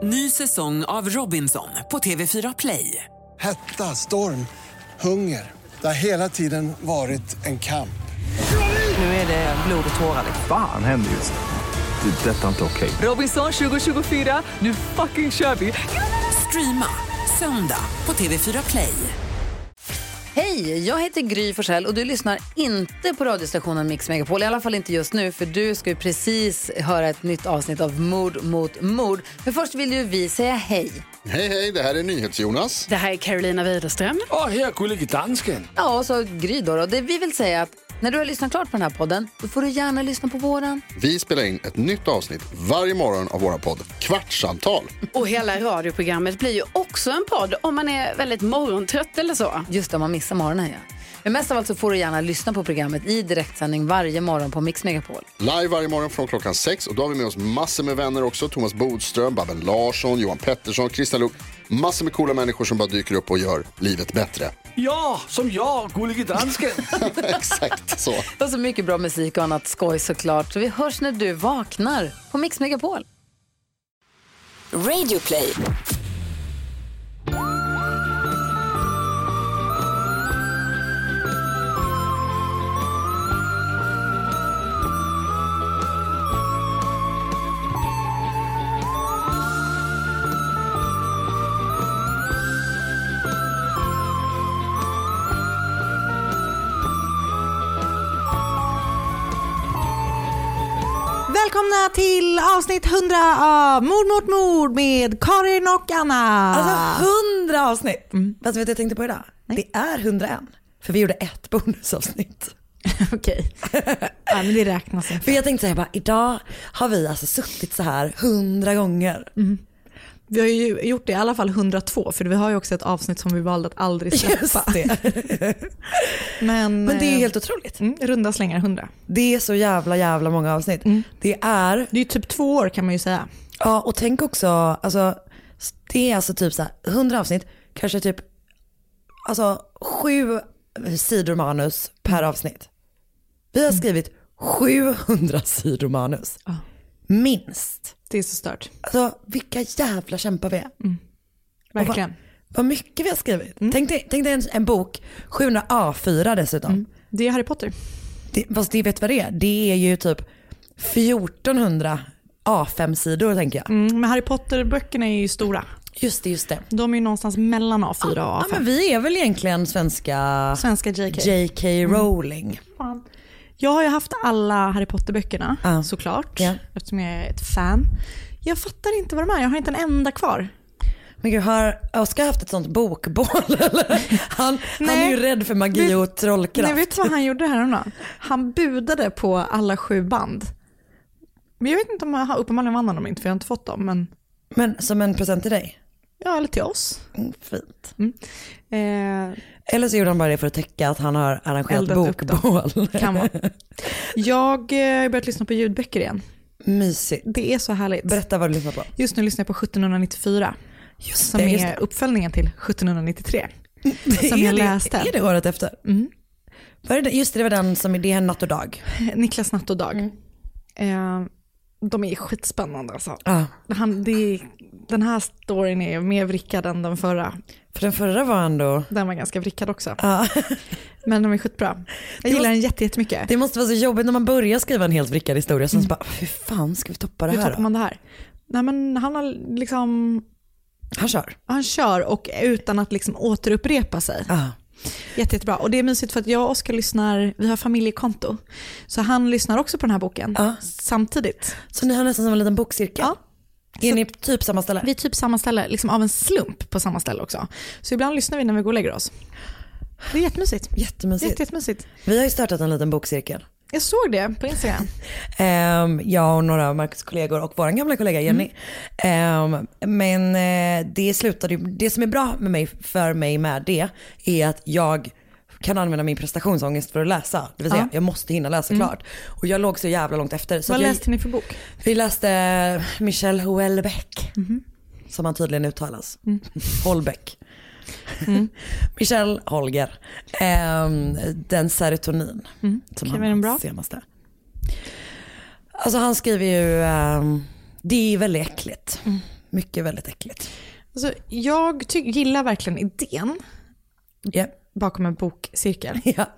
Ny säsong av Robinson på TV4 Play. Hetta, storm, hunger. Det har hela tiden varit en kamp. Nu är det blod och tårar. Fan händer just nu. Det. Detta är inte okej. Robinson 2024, nu fucking kör vi. Streama söndag på TV4 Play. Hej, jag heter Gry Forssell och du lyssnar inte på radiostationen Mix Megapol. I alla fall inte just nu, för du ska ju precis höra ett nytt avsnitt av Mord mot mord. Men först vill ju vi säga hej. Hej, det här är NyhetsJonas. Det här är Carolina Widerström. Och här är Gullige Dansken. Ja, och så Gry då. Det vi vill säga att när du har lyssnat klart på den här podden, då får du gärna lyssna på våran. Vi spelar in ett nytt avsnitt varje morgon av våra podd Kvartsamtal. Och hela radioprogrammet blir ju också en podd om man är väldigt morgontrött eller så. Just det, man missar morgonen, ja. Men mest av allt så får du gärna lyssna på programmet i direktsändning varje morgon på Mix Megapol. Live varje morgon från klockan 6. Och då har vi med oss massor med vänner också. Thomas Bodström, Babben Larsson, Johan Pettersson, Christian Luuk. Massor med coola människor som bara dyker upp och gör livet bättre. Ja, som jag, Gullige Dansken. Exakt så. Och så mycket bra musik och annat skoj såklart. Så vi hörs när du vaknar på Mix Megapol. Radio Play. Välkomna till avsnitt 100 av Mord mot mord med Karin och Anna. Alltså 100 avsnitt. Vet du vad jag tänkte på idag? Nej. Det är 101. För vi gjorde ett bonusavsnitt. Okej. Ja, men det räknas inte. För jag tänkte säga bara, idag har vi alltså suttit så här 100 gånger. Vi har ju gjort det i alla fall 102, för vi har ju också ett avsnitt som vi valde att aldrig släppa. Just det. Men det är helt otroligt. Runda slängar 100. Det är så jävla många avsnitt. Det är ju typ 2 år kan man ju säga. Ja, och tänk också, alltså, det är alltså typ så här 100 avsnitt, kanske typ alltså 7 sidor manus per avsnitt. Vi har skrivit 700 sidor manus. Minst. Det är så stört. Alltså vilka jävla kämpar vi är. Verkligen. Vad mycket vi har skrivit. Tänk dig en bok, 700 A4 dessutom. Det är Harry Potter. Fast det vet vad det är. Det är ju typ 1400 A5-sidor tänker jag. Men Harry Potter-böckerna är ju stora. Just det. De är ju någonstans mellan A4 och A5. Ja, men vi är väl egentligen svenska J.K. Rowling. Fan. Jag har ju haft alla Harry Potter-böckerna, såklart, eftersom jag är ett fan. Jag fattar inte vad de är, jag har inte en enda kvar. Men gud, har Oskar haft ett sånt bokbål? Eller? Han är ju rädd för magi och trollkraft. Nej, vet du vad han gjorde här? Han budade på alla 7 band. Men jag vet inte om jag uppenbarligen vann dem inte, för jag har inte fått dem. Men som en present till dig? Ja, eller till oss. Fint. Eller så gjorde han bara det för att täcka att han har arrangerat bokbål. Kan vara. Jag har börjat lyssna på ljudböcker igen. Mysigt. Det är så härligt. Berätta vad du lyssnar på. Just nu lyssnar jag på 1794. Som är uppföljningen till 1793. Som jag läste. Är det året efter? Just det var den som det är Natt och dag. Niklas Natt och dag. De är skitspännande alltså. Den här storyn är mer vrickad än den förra. För den förra var ändå... Den var ganska vrickad också. Men de är skitbra. Jag gillar den jättemycket. Det måste vara så jobbigt när man börjar skriva en helt vrickad historia. Så bara, hur fan ska vi toppa det här? Hur toppar man det här? Nej, men han har liksom... Han kör och utan att liksom återupprepa sig. Jättebra. Och det är mysigt för att jag och Oskar lyssnar, vi har familjekonto. Så han lyssnar också på den här boken samtidigt. Så ni har nästan som en liten bokcirkel? Ja. Är ni typ samma ställe? Vi är typ samma ställe, liksom av en slump på samma ställe också. Så ibland lyssnar vi när vi går och lägger oss. Det är jättemysigt. Jättemysigt. Vi har ju startat en liten bokcirkel. Jag såg det på Instagram. Jag och några av Marcus kollegor och vår gamla kollega Jenny. Men det slutade ju, det som är bra med mig, för mig med det är att jag kan använda min prestationsångest för att läsa. Det vill säga, jag måste hinna läsa klart. Och jag låg så jävla långt efter. Så vad läste ni för bok? Vi läste Michel Houellebecq. Som han tydligen uttalas. Holbeck. Michel Holger. Den serotonin. Som han var bra? Senaste. Alltså han skriver ju det är väldigt äckligt. mycket väldigt äckligt. Alltså, jag gillar verkligen idén bakom en bokcirkel.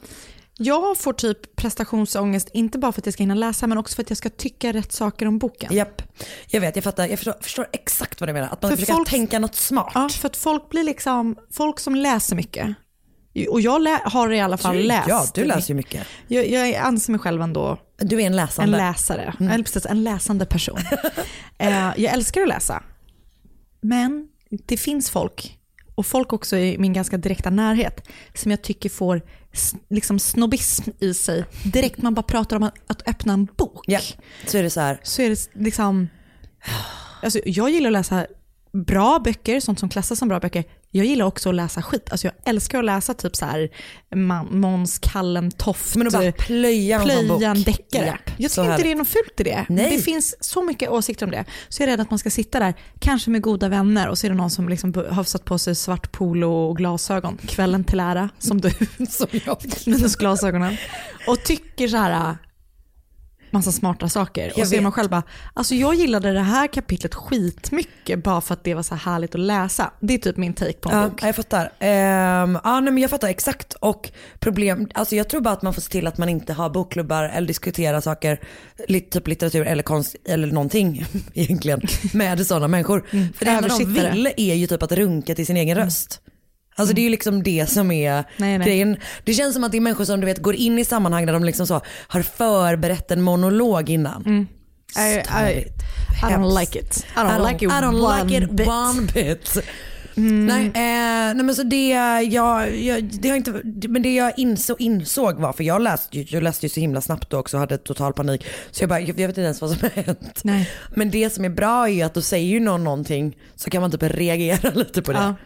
Jag får typ prestationsångest, inte bara för att jag ska hinna läsa, men också för att jag ska tycka rätt saker om boken. Japp, jag vet, jag fattar, jag förstår exakt vad du menar. Att man försöker tänka något smart. Ja, för att folk blir liksom, folk som läser mycket. Och jag har i alla fall läst. Ja, du läser ju mycket. Jag anser mig själv ändå. Du är en läsande. En läsare, eller precis, en läsande person. Jag älskar att läsa. Men det finns folk, och folk också i min ganska direkta närhet, som jag tycker får liksom snobbism i sig. Direkt man bara pratar om att öppna en bok. Ja, så är det så här. Så är det liksom, alltså jag gillar att läsa bra böcker, sånt som klassas som bra böcker. Jag gillar också att läsa skit. Alltså jag älskar att läsa typ så här Måns Kallentoft. Men att bara plöja en deckare. Japp, jag tycker inte det är något fult i det. Nej. Det finns så mycket åsikter om det. Så jag är rädd att man ska sitta där, kanske med goda vänner, och så är det någon som liksom har satt på sig svart polo och glasögon. Kvällen till ära, som du. Som jag. Minus glasögonen. Och tycker så här massa smarta saker. Och så är man själv bara, alltså jag gillade det här kapitlet skitmycket bara för att det var så härligt att läsa. Det är typ min take på en bok. Jag fattar. Nej, men jag fattar exakt. Och problem, alltså jag tror bara att man får se till att man inte har bokklubbar eller diskutera saker, typ litteratur eller konst eller någonting egentligen med sådana människor. För det enda de vill är ju typ att runka till sin egen röst. Alltså det är ju liksom det som är grejen. Det känns som att det är människor som du vet går in i sammanhang där de liksom så har förberett en monolog innan. I don't like it. I don't like it one bit. Nej, men så det har inte, men det jag insåg var, för jag läste ju så himla snabbt då också och hade total panik, så jag vet inte ens vad som har hänt. Nej. Men det som är bra är att då säger ju någonting, så kan man typ reagera lite på det.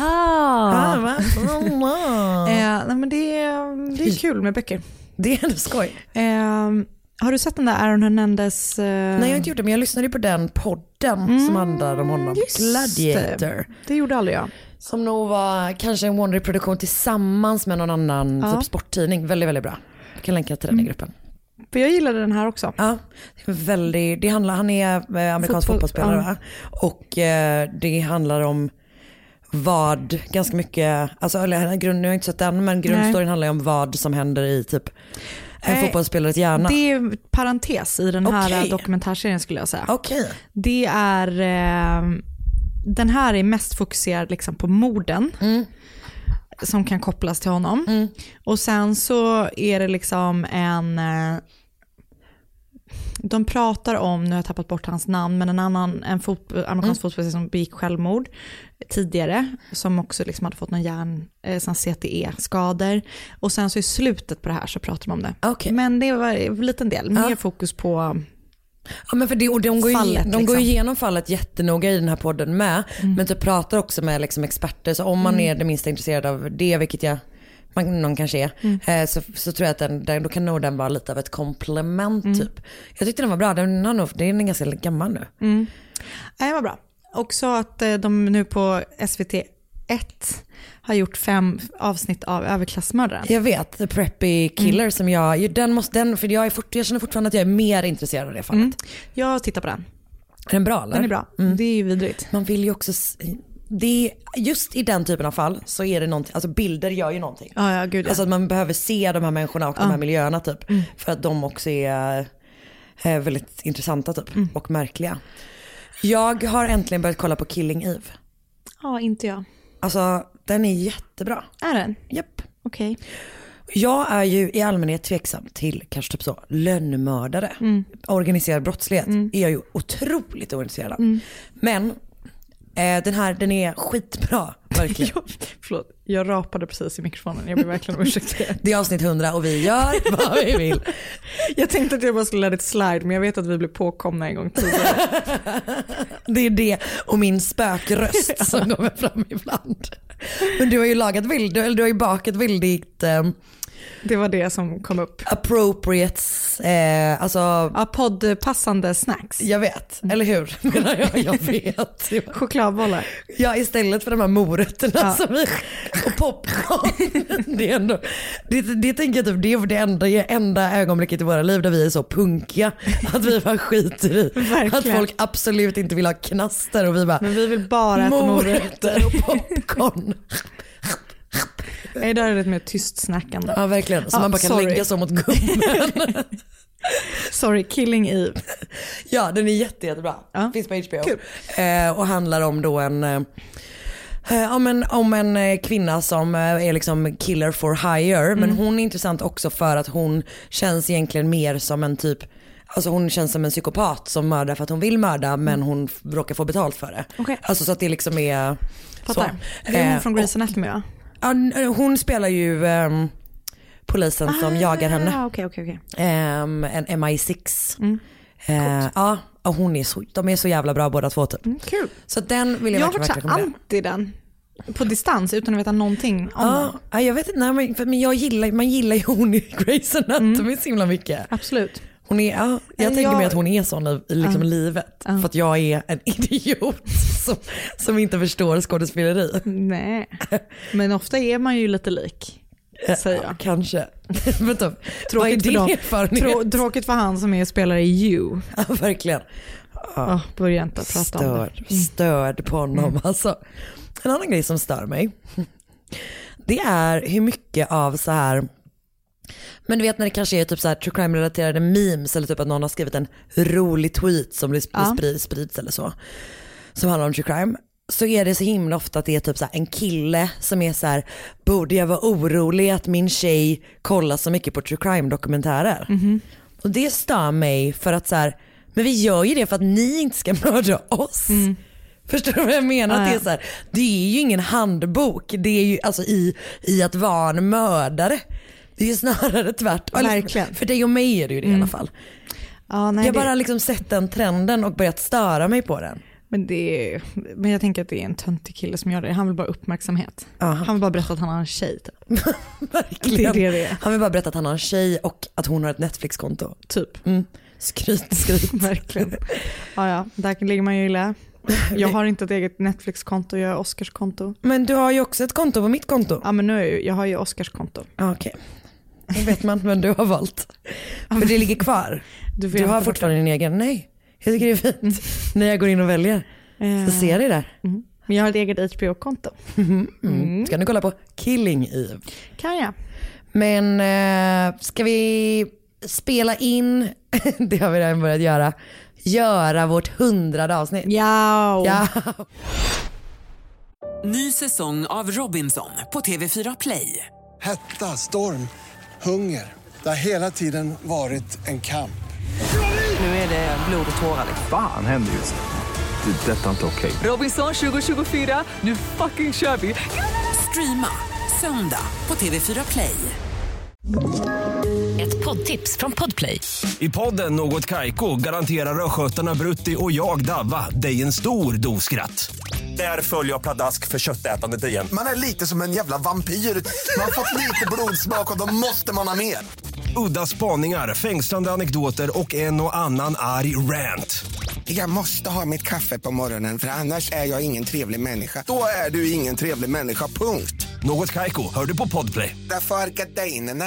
Nej, men det är kul med böcker. Det är ändå skoj. Har du sett den där Aaron Hernandez? Nej, jag har inte gjort det, men jag lyssnade på den podden som handlade om honom. Gladiator. Det gjorde aldrig jag. Som nog var kanske en Wondery-produktion tillsammans med någon annan typ sporttidning. Väldigt, väldigt bra. Jag kan länka till den i gruppen. För jag gillade den här också. Ja, han är amerikansk fotbollsspelare va? Och det handlar om vad ganska mycket, alltså nu har jag inte sett den, men grundstoryn handlar om vad som händer i typ en fotbollsspelares hjärna. Det är parentes i den här dokumentärserien skulle jag säga. Det är den här är mest fokuserad liksom på morden som kan kopplas till honom. Och sen så är det liksom de pratar om, nu har jag tappat bort hans namn, men en amerikansk fotbollsspelare som begick självmord tidigare, som också liksom hade fått någon CTE-skador. Och sen så i slutet på det här så pratar man om det. Men det var en liten del, mer fokus på men för det, och de går igenom fallet jättenoga i den här podden med, men typ pratar också med liksom experter, så om man är det minsta intresserad av det, vilket någon kanske är, så tror jag att då kan nog den vara lite av ett komplement typ. Jag tyckte den var bra, den är ganska gammal nu. Det var bra. Också att de nu på SVT 1 har gjort 5 avsnitt av Överklassmördaren. Jag vet, The Preppy Killer som för jag känner fortfarande att jag är mer intresserad av det fallet. Jag tittar på den. Är den bra eller? Den är bra, det är ju vidrigt. Man vill ju också just i den typen av fall så är det någonting, alltså bilder gör ju någonting. Alltså att man behöver se de här människorna och de här miljöerna typ, för att de också är väldigt intressanta typ och märkliga. Jag har äntligen börjat kolla på Killing Eve. Ja, inte jag. Alltså den är jättebra. Är den? Japp. Okej. Jag är ju i allmänhet tveksam till kanske typ så lönnmördare. Organiserad brottslighet är jag ju otroligt ointresserad av. Men den är skitbra, verkligen. Förlåt, jag rapade precis i mikrofonen. Jag ber verkligen om ursäkt. Det är avsnitt 100 och vi gör vad vi vill. Jag tänkte att jag bara skulle let it slide, men jag vet att vi blev påkomna en gång tidigare. Det är det och min spökröst som kommer fram ibland. Men du har ju bakat väldigt Det var det som kom upp. Appropriates, alltså... Ja, poddpassande snacks. Jag vet, eller hur? Jag vet. Chokladbollar. Ja, istället för de här morötterna som vi... Och popcorn. Det är ändå... Det tänker jag typ, det är det enda ögonblicket i våra liv där vi är så punkiga att vi bara skiter i. Verkligen. Att folk absolut inte vill ha knaster och vi bara... Men vi vill bara äta morötter och popcorn. Nej, där är det mer tyst snackande. Ja, verkligen. Så man bara kan lägga så mot gummen. Sorry, Killing Eve. Ja, den är jättebra. Finns på HBO. Och handlar om då om en kvinna som är liksom killer for hire. Men hon är intressant också för att hon känns egentligen mer som en typ... Alltså hon känns som en psykopat som mördar för att hon vill mörda men hon råkar få betalt för det. Okay. Alltså så att det liksom är... Fattar. Så. Det är hon från Grey's Anatomy, va? Ja, hon spelar ju polisen som jagar henne. Okay. En MI6. Ja, och de är så jävla bra båda två typ. Kul. Så den vill jag verkligen rekommendera. Jag har anti den på distans utan att veta någonting om den. Ja, jag vet inte, men man gillar ju hon i Grey's Anatomy så himla mycket. Absolut. Hon är, jag tänker mig att hon är sån i liksom livet. För att jag är en idiot som inte förstår skådespeleri. Nej, men ofta är man ju lite lik. Säger jag. Kanske. Tråkigt för han som är spelare i You. Ja, verkligen. Börja inte prata om det. Störd på honom. Alltså. En annan grej som stör mig, det är hur mycket av så här... Men du vet när det kanske är typ så här true crime-relaterade memes eller typ att någon har skrivit en rolig tweet som blir sprids eller så. Som handlar om true crime. Så är det så himla ofta att det är typ så här en kille som är så här: borde jag vara orolig att min tjej kollar så mycket på true crime-dokumentärer? Och det stör mig för att så här, men vi gör ju det för att ni inte ska mörda oss. Förstår du vad jag menar? Det är så här, det är ju ingen handbok. Det är ju alltså i att vara en mördare. Det är ju snarare tvärtom. Verkligen. För dig och mig är det ju det i alla fall. Ja, nej, jag har bara liksom sett den trenden och börjat störa mig på den. Men jag tänker att det är en töntig kille som gör det. Han vill bara uppmärksamhet. Han vill bara berätta att han har en tjej typ. Verkligen. Det är. Han vill bara berätta att han har en tjej och att hon har ett Netflix-konto. Typ. Skryt. Verkligen. Ja, där ligger man ju illa. Jag har inte ett eget Netflix-konto, jag har Oscars-konto. Men du har ju också ett konto på mitt konto. Ja, men jag har ju Oscars-konto. Okej. Det vet man inte, men du har valt. För det ligger kvar. Du har fortfarande din egen. Nej, jag tycker det är fint. När jag går in och väljer så ser det där. Men jag har ett eget HBO-konto. Ska du kolla på Killing Eve? Kan jag. Men ska vi spela in, det har vi redan börjat göra vårt 100:e avsnitt. Ja. Ny säsong av Robinson på TV4 Play. Hetta, storm, hunger. Det har hela tiden varit en kamp. Nu är det blod och tårar. Fan händer just det. Det är detta inte okej. Robinson 2024, nu fucking kör vi. Streama söndag på TV4 Play. Ett poddtips från Podplay. I podden Något Kaiko garanterar röskötarna Brutti och jag Davva dig en stor doskratt. Där följer jag pladask för köttätandet igen. Man är lite som en jävla vampyr. Man har fått lite blodsmak och då måste man ha mer. Udda spaningar, fängslande anekdoter och en och annan arg rant. Jag måste ha mitt kaffe på morgonen för annars är jag ingen trevlig människa. Då är du ingen trevlig människa, punkt. Något Kaiko, hör du på Podplay. Därför är gardinerna.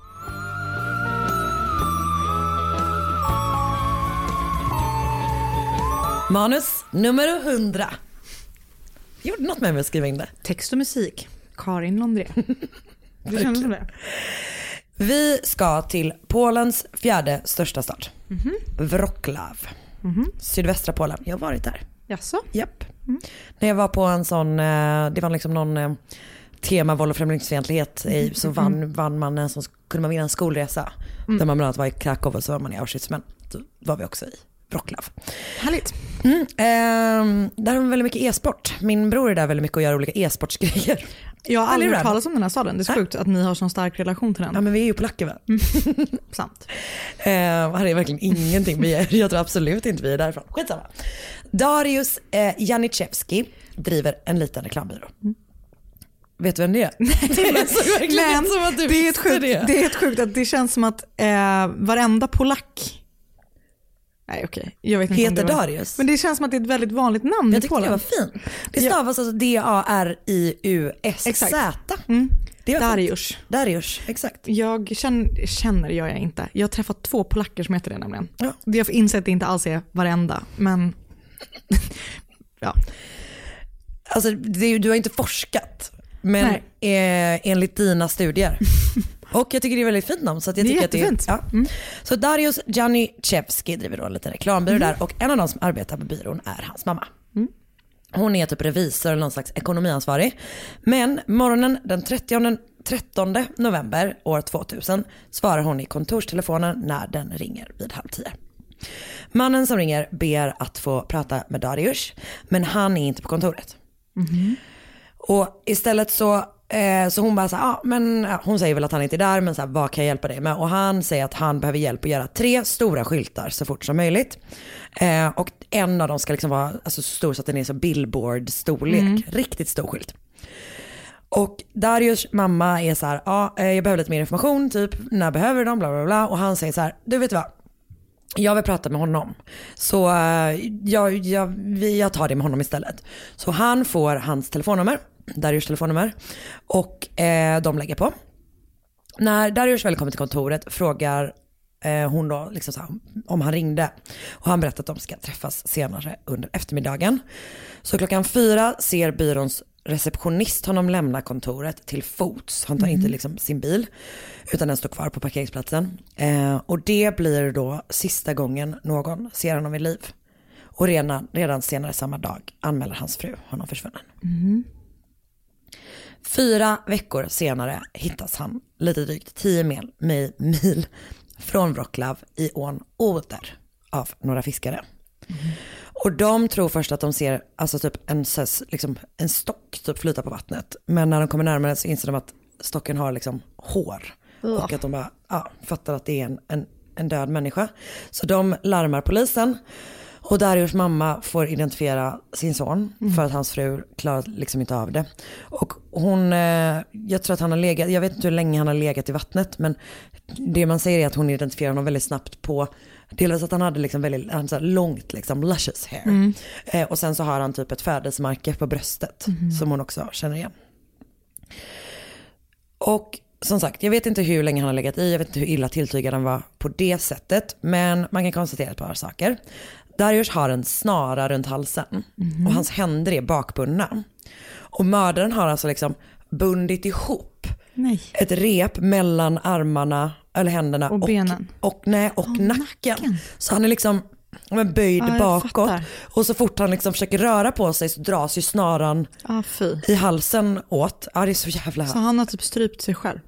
Manus nummer 100. Jag gjorde något med mig att skriva in det. Text och musik. Karin Londré. Du känner som det? Vi ska till Polens 4:e största stad. Wrocław. Sydvästra Polen. Jag har varit där. Jaså? Japp. När jag var på en sån, det var liksom någon tema våld och främlingsfientlighet så vann man en sån, kunde man vinna en skolresa. Där man bland annat var i Krakow och så var man i Auschwitz, men då var vi också i Wrocław. Härligt. Där har vi väldigt mycket e-sport. Min bror är där väldigt mycket och gör olika e-sportsgrejer. Jag har aldrig hört talas om den här staden. Det är så sjukt att ni har sån stark relation till den. Ja, men vi är ju polacker, va? Sant. Här är verkligen ingenting. Jag tror absolut inte vi är därifrån. Skitsamma. Dariusz Janiszewski driver en liten reklambyrå. vet du vem det är? Det är ett sjukt att det känns som att varenda polack, nej okej, jag vet inte heter Darius. Men det känns som att det är ett väldigt vanligt namn i Polen. Jag tyckte det var fint. Det stavas alltså D-A-R-I-U-S-Z. Darius, exakt. Jag känner jag inte. Jag har träffat 2 polacker som heter det nämligen. Ja. Jag har insett att det inte alls är varenda, men ja. Alltså du har inte forskat, men enligt dina studier. Och jag tycker det är väldigt fint namn, så att jag tycker jättefint. Att det är, ja. Så Darius Janiszewski driver då en liten reklambyrå där, och en av de som arbetar på byrån är hans mamma. Hon är typ revisor eller någon slags ekonomiansvarig. Men morgonen den 13 november år 2000 svarar hon i kontorstelefonen när den ringer vid 9:30. Mannen som ringer ber att få prata med Darius, men han är inte på kontoret. Och istället så hon bara så här, hon säger väl att han inte är där, men så här, vad kan jag hjälpa dig med? Och han säger att han behöver hjälp att göra 3 stora skyltar så fort som möjligt. Och en av dem ska liksom vara alltså, så stor så att den är så billboard-storlek. Riktigt stor skylt. Och Darius mamma är så här, jag behöver lite mer information, typ när behöver de, bla bla bla. Och han säger så här, du vet vad? Jag vill prata med honom. Så jag tar det med honom istället. Så han får hans telefonnummer, Darius telefonnummer, och de lägger på. När Darius väl kommer till kontoret frågar hon då liksom så här, om han ringde. Och han berättar att de ska träffas senare under eftermiddagen. Så 4:00 ser byråns receptionist honom lämna kontoret till fots. Han tar inte liksom sin bil, utan den står kvar på parkeringsplatsen. Och det blir då sista gången någon ser honom vid liv. Och redan senare samma dag anmäler hans fru honom försvunnen. 4 veckor senare hittas han lite drygt 10 mil från Wrocław i ån Oder av några fiskare. Och de tror först att de ser alltså typ en stock typ flyta på vattnet. Men när de kommer närmare så inser de att stocken har liksom hår. Och att de bara fattar att det är en död människa. Så de larmar polisen. Och Darius mamma får identifiera sin son för att hans fru klarar liksom inte av det. Och hon, jag tror att han har legat, jag vet inte hur länge han har legat i vattnet, men det man säger är att hon identifierar honom väldigt snabbt på dels att han hade liksom väldigt så långt liksom luscious hair. Och sen så har han typ ett födelsemärke på bröstet som hon också känner igen. Och som sagt, jag vet inte hur länge han har legat i, jag vet inte hur illa tilltygad han var på det sättet, men man kan konstatera ett par saker. Darius har en snara runt halsen och hans händer är bakbundna. Och mördaren har alltså liksom bundit ihop ett rep mellan armarna eller händerna och benen och nacken. Så han är liksom böjd bakåt. Och så fort han liksom försöker röra på sig så dras ju snaran i halsen åt. Ja, det är så jävla. Så han har typ strypt sig själv.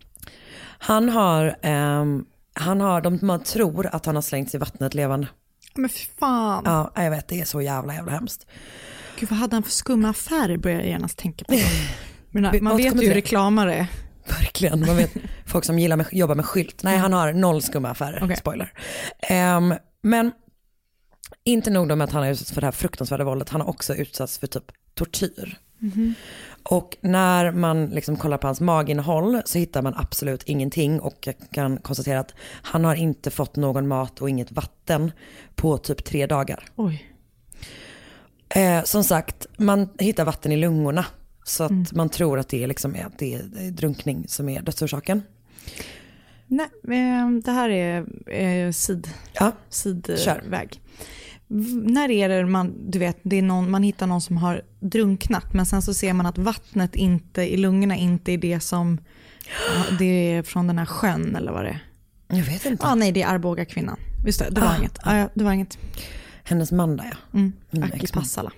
Man tror att han har slängt sig i vattnet levande. Men fy fan. Ja, jag vet, det är så jävla hemskt. Gud, vad hade han för skumma affärer, börjar jag genast tänka på. Men man vet ju hur reklamare. Verkligen, man vet folk som jobbar med skylt. Nej, han har 0 skumma affärer, spoiler. Men inte nog med att han har utsatts för det här fruktansvärda våldet, han har också utsatts för typ tortyr. Och när man liksom kollar på hans maginnehåll så hittar man absolut ingenting, och jag kan konstatera att han har inte fått någon mat och inget vatten på typ 3 dagar. Oj. Som sagt, man hittar vatten i lungorna, så att man tror att det är liksom det är drunkning som är dödsorsaken. Nej, det här är sidväg. När är det man hittar någon som har drunknat, men sen så ser man att vattnet inte i lungorna inte är det som det är från den här sjön, eller vad det är? Jag vet inte. Nej, det är Arboga kvinnan. Just det, det var inget. Det var inget. Hennes man där, Aki Passala.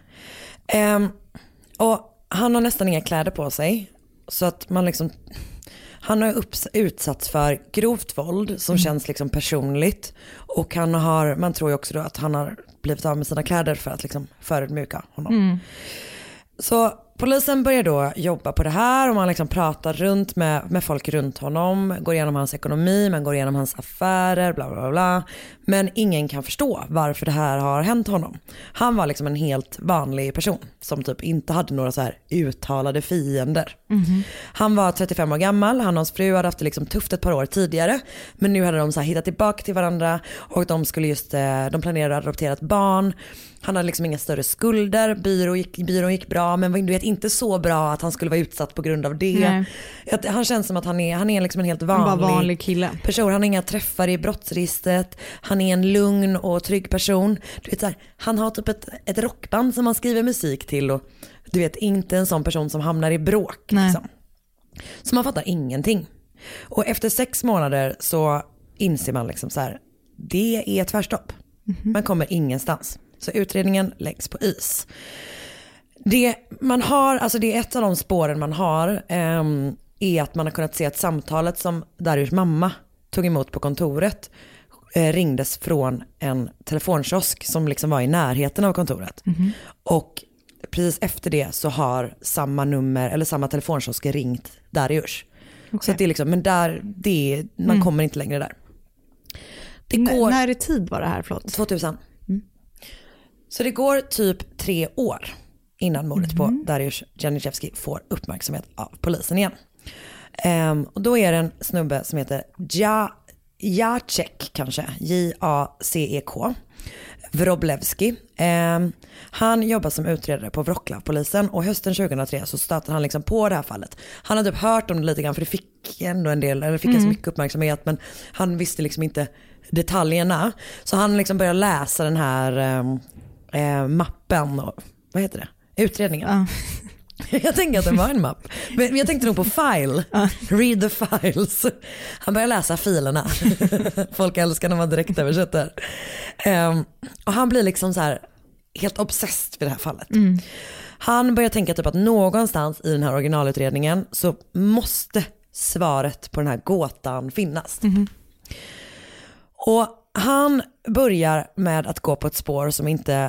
Och han har nästan inga kläder på sig, så att man liksom, han har utsatts för grovt våld som känns liksom personligt, och man tror ju också då att han har blivit av med sina kläder för att liksom förödmjuka honom. Så polisen börjar då jobba på det här och man liksom pratar runt med folk runt honom, går igenom hans ekonomi, man går igenom hans affärer, bla bla bla. Men ingen kan förstå varför det här har hänt honom. Han var liksom en helt vanlig person som typ inte hade några så här uttalade fiender. Han var 35 år gammal, han och hans fru hade haft det liksom tufft ett par år tidigare, men nu hade de så här hittat tillbaka till varandra och de planerade att adoptera ett barn. Han hade liksom inga större skulder, byrån gick bra, men du vet inte så bra att han skulle vara utsatt på grund av det. Han känns som att han är liksom en helt vanlig kille. Person. Han har inga träffar i brottsregistret, han är en lugn och trygg person. Du vet så här, han har typ ett rockband som han skriver musik till och du vet inte en sån person som hamnar i bråk. Liksom. Så man fattar ingenting. Och efter 6 månader så inser man liksom så här, det är tvärstopp. Man kommer ingenstans. Så utredningen läggs på is. Det man har, alltså det är ett av de spåren man har, är att man har kunnat se att samtalet som Dariush mamma tog emot på kontoret ringdes från en telefonkiosk som liksom var i närheten av kontoret. Och precis efter det så har samma nummer eller samma telefonkiosk ringt Dariush. Så att det är liksom, men man kommer inte längre där. När i tid var det här? Förlåt. 2000. Så det går typ 3 år innan mordet på Dariush Janiszewski får uppmärksamhet av polisen igen. Och då är det en snubbe som heter Jacek kanske, Jacek Wroblewski. Han jobbar som utredare på Wroclaw-polisen och hösten 2003 så stöter han liksom på det här fallet. Han hade typ hört om det lite grann för det fick ändå en del, eller fick ganska mycket uppmärksamhet, men han visste liksom inte detaljerna. Så han liksom började läsa den här mappen och, vad heter det? Utredningen. Jag tänkte att det var en mapp. Men jag tänkte nog på file. Read the files. Han börjar läsa filerna. Folk älskar när man direkt översätter. Och han blir liksom så här helt obsessed vid det här fallet. Han börjar tänka typ att någonstans i den här originalutredningen så måste svaret på den här gåtan finnas. Och han börjar med att gå på ett spår som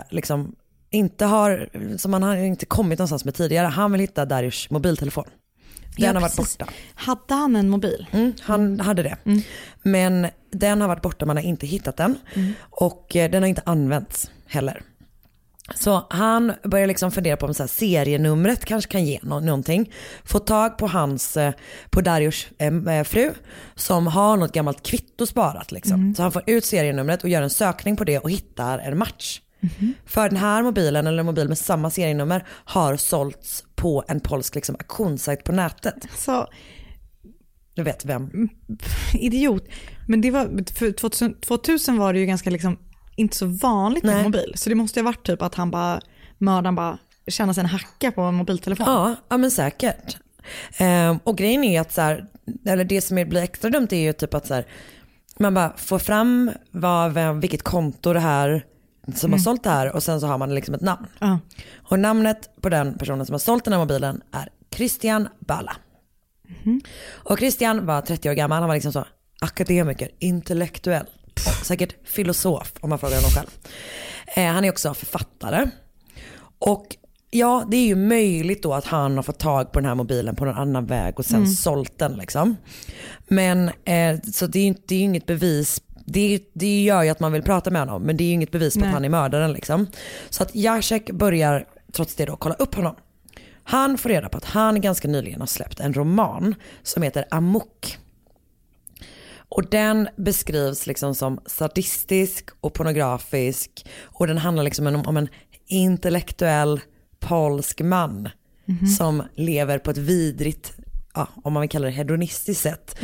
han har inte kommit någonstans med tidigare. Han vill hitta Dariush mobiltelefon. Den har varit borta. Hade han en mobil? Han hade det. Men den har varit borta, man har inte hittat den. Och den har inte använts heller. Så han börjar liksom fundera på om så här serienumret kanske kan ge någonting. Få tag på på Dariush fru som har något gammalt kvitto sparat liksom. Så han får ut serienumret och gör en sökning på det och hittar en match. För den här mobilen, eller en mobil med samma serienummer, har sålts på en polsk liksom auktionssajt på nätet. Så du vet vem? Idiot. Men det var för 2000 var det ju ganska liksom inte så vanligt med mobil. Så det måste ha varit typ att mördaren bara känner sig en hacka på en mobiltelefon. Ja men säkert. Och grejen är att så här, eller det som blir extra dumt är ju typ att så här, man bara får fram vilket konto det här som har sålt det här, och sen så har man liksom ett namn. Och namnet på den personen som har sålt den här mobilen är Christian Balla. Och Christian var 30 år gammal, han var liksom så akademiker, intellektuell, säkert filosof om man frågar honom själv. Han är också författare. Och ja, det är ju möjligt då att han har fått tag på den här mobilen på någon annan väg och sen sålt den liksom. Men så det är ju inget bevis. Det gör ju att man vill prata med honom, men det är ju inget bevis på att han är mördaren liksom. Så att Jacek börjar trots det då kolla upp honom. Han får reda på att han ganska nyligen har släppt en roman som heter Amok. Och den beskrivs liksom som sadistisk och pornografisk, och den handlar liksom om en intellektuell polsk man som lever på ett vidrigt, om man vill kalla det hedonistiskt sätt.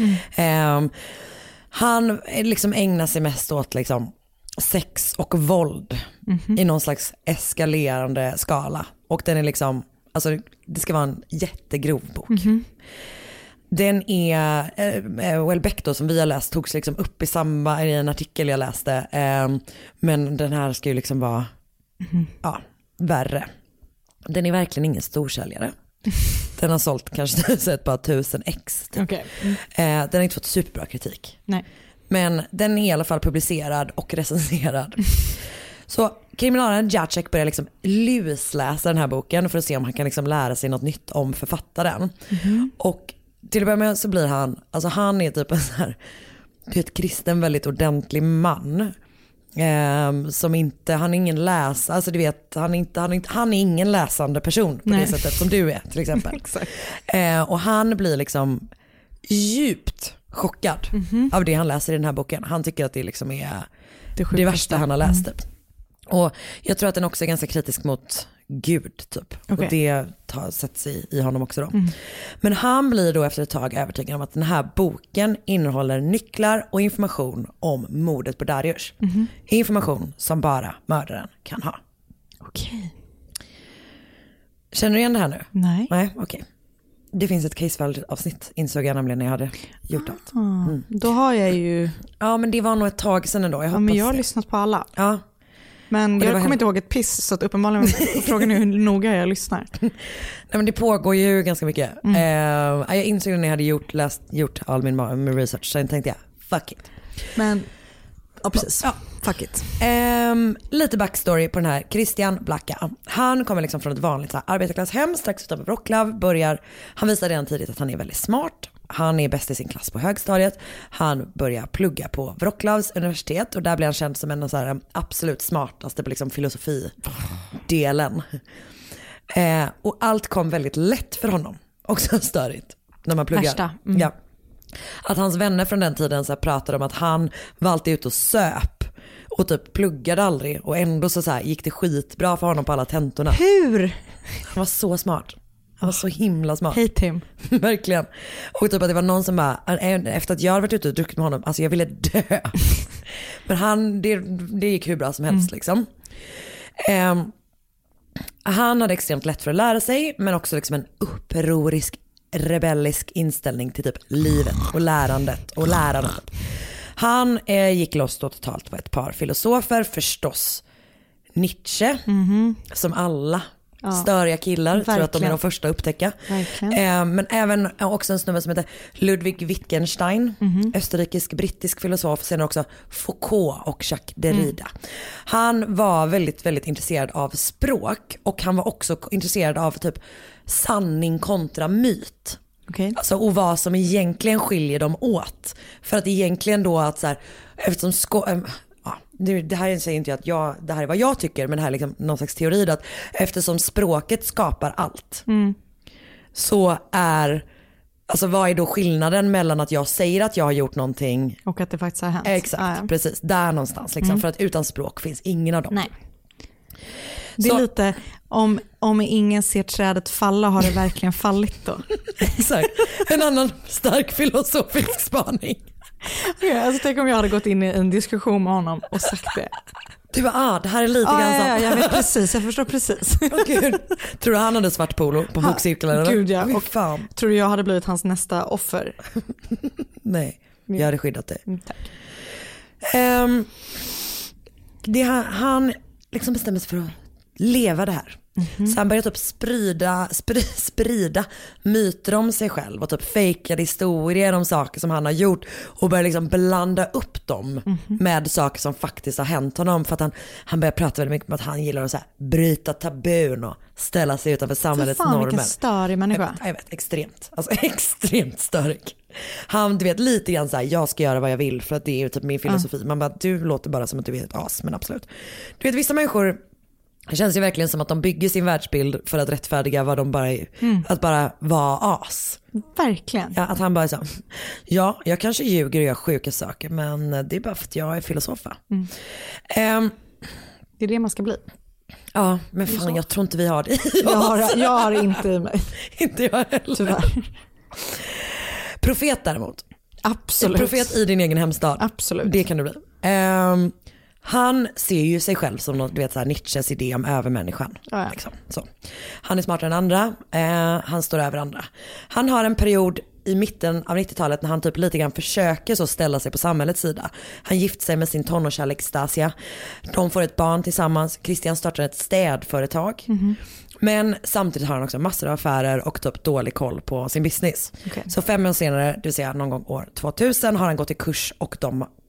Han liksom ägnar sig mest åt liksom sex och våld i någon slags eskalerande skala. Och den är liksom, alltså det ska vara en jättegrov bok. Den är Welbeck då, som vi har läst, togs liksom upp i en artikel jag läste. Men den här ska ju liksom vara värre. Den är verkligen ingen storsäljare. Den har sålt kanske ett par 1000 ex. Typ. Den har inte fått superbra kritik. Nej. Men den är i alla fall publicerad och recenserad. Så kriminalaren Jacek börjar liksom lusläsa den här boken för att se om han kan liksom lära sig något nytt om författaren. Och till att börja med så blir han är typ en så här kristen, väldigt ordentlig man. Som inte, han är ingen läsare, alltså du vet, han är ingen läsande person på det sättet som du är till exempel. Exakt. Och han blir liksom djupt chockad av det han läser i den här boken. Han tycker att det liksom är det värsta han har läst typ. Och jag tror att den också är ganska kritisk mot Gud typ. Okay. Och det sätter sig i honom också då. Men han blir då efter ett tag övertygad om att den här boken innehåller nycklar och information om mordet på Darius. Information som bara mördaren kan ha. Okej. Känner du igen det här nu? Nej. Nej, okej. Det finns ett casefile-avsnitt, insåg jag nämligen när jag hade gjort allt. Då har jag ju... Ja, men det var nog ett tag sedan ändå. Men jag har lyssnat på alla. Ja. Men jag kommer inte ihåg ett piss, så att uppenbarligen frågan är hur noga jag lyssnar. Nej, men det pågår ju ganska mycket. Jag insåg när jag hade gjort all min research, så tänkte jag, fuck it. Men, ja precis. Ja. Fuck it. Lite backstory på den här Christian Blacka. Han kommer liksom från ett vanligt arbetarklasshem strax utanför Wroclaw. Han visar redan tidigt att han är väldigt smart. Han är bäst i sin klass på högstadiet. Han börjar plugga på Wroclaws universitet och där blir han känd som en så här absolut smartaste på liksom filosofidelen. Och allt kom väldigt lätt för honom. Också störigt när man pluggar. Ja. Att hans vänner från den tiden så här pratade om att han var alltid ute och söp och typ pluggade aldrig och ändå så här gick det skitbra för honom på alla tentorna. Hur? Han var så smart. Han var så himla smart. Hate him. Verkligen. Och typ att det var någon som bara, efter att jag hade varit ute och druckit med honom, alltså jag ville dö. Men det gick hur bra som helst liksom. Han hade extremt lätt för att lära sig, men också liksom en upprorisk, rebellisk inställning till typ livet och lärandet och lärandet. Han gick loss då totalt på ett par filosofer, förstås Nietzsche, som alla störiga killar. Verkligen. Tror att de är de första att upptäcka. Men även också en snubbe som heter Ludwig Wittgenstein, österrikisk brittisk filosof, senare också Foucault och Jacques Derrida. Han var väldigt, väldigt intresserad av språk och han var också intresserad av typ sanning kontra myt. Okay. Alltså, och vad som egentligen skiljer dem åt. För att egentligen då att så här, eftersom det här säger inte att det här är vad jag tycker, men det här är liksom någon slags teori att eftersom språket skapar allt, så är, alltså vad är då skillnaden mellan att jag säger att jag har gjort någonting och att det faktiskt har hänt? Exakt, precis, där någonstans liksom, för att utan språk finns ingen av dem. Nej. Det är lite, om ingen ser trädet falla, har det verkligen fallit då? Exakt, en annan stark filosofisk spaning. Okay, alltså tänk om jag hade gått in i en diskussion med honom och sagt det. Du bara, det här är lite grann så. Ja, jag vet precis, jag förstår precis. Gud. Tror du han hade svart polo på bokcirkeln? Gud ja, och fan. Tror du jag hade blivit hans nästa offer? Nej, jag hade skyddat dig. Tack. Han liksom bestämmer sig för att leva det här. Så han började typ sprida myter om sig själv och typ fejkade historier om saker som han har gjort och började liksom blanda upp dem med saker som faktiskt har hänt honom, för att han började prata väldigt mycket om att han gillar att så här, bryta tabun och ställa sig utanför samhällets normer. Vilken störig människa. Jag vet, extremt. Alltså extremt störig. Han, du vet, lite grann så här, jag ska göra vad jag vill för att det är ju typ min filosofi. Man bara, du låter bara som att du är ett as, men absolut. Du vet, vissa människor, det känns ju verkligen som att de bygger sin världsbild för att rättfärdiga vad de bara är, att bara vara as. Verkligen. Ja, att han bara är så, ja, jag kanske ljuger och gör sjuka saker, men det är bara för att jag är filosof. Det är det man ska bli. Ja, men fan, jag tror inte vi har det. Jag har inte i mig. Inte jag heller. Tyvärr. Profet däremot. Absolut. Profet i din egen hemstad. Absolut. Det kan du bli. Han ser ju sig själv som något, du vet, så här Nietzsches idé om övermänniskan. Ja. Liksom. Så. Han är smartare än andra. Han står över andra. Han har en period i mitten av 90-talet när han typ lite grann försöker så ställa sig på samhällets sida. Han gifter sig med sin tonårskärlek Stasia. De får ett barn tillsammans. Christian startar ett städföretag. Men samtidigt har han också massor av affärer och typ dålig koll på sin business. Okay. Så 5 år senare, det vill säga någon gång år 2000, har han gått i kurs och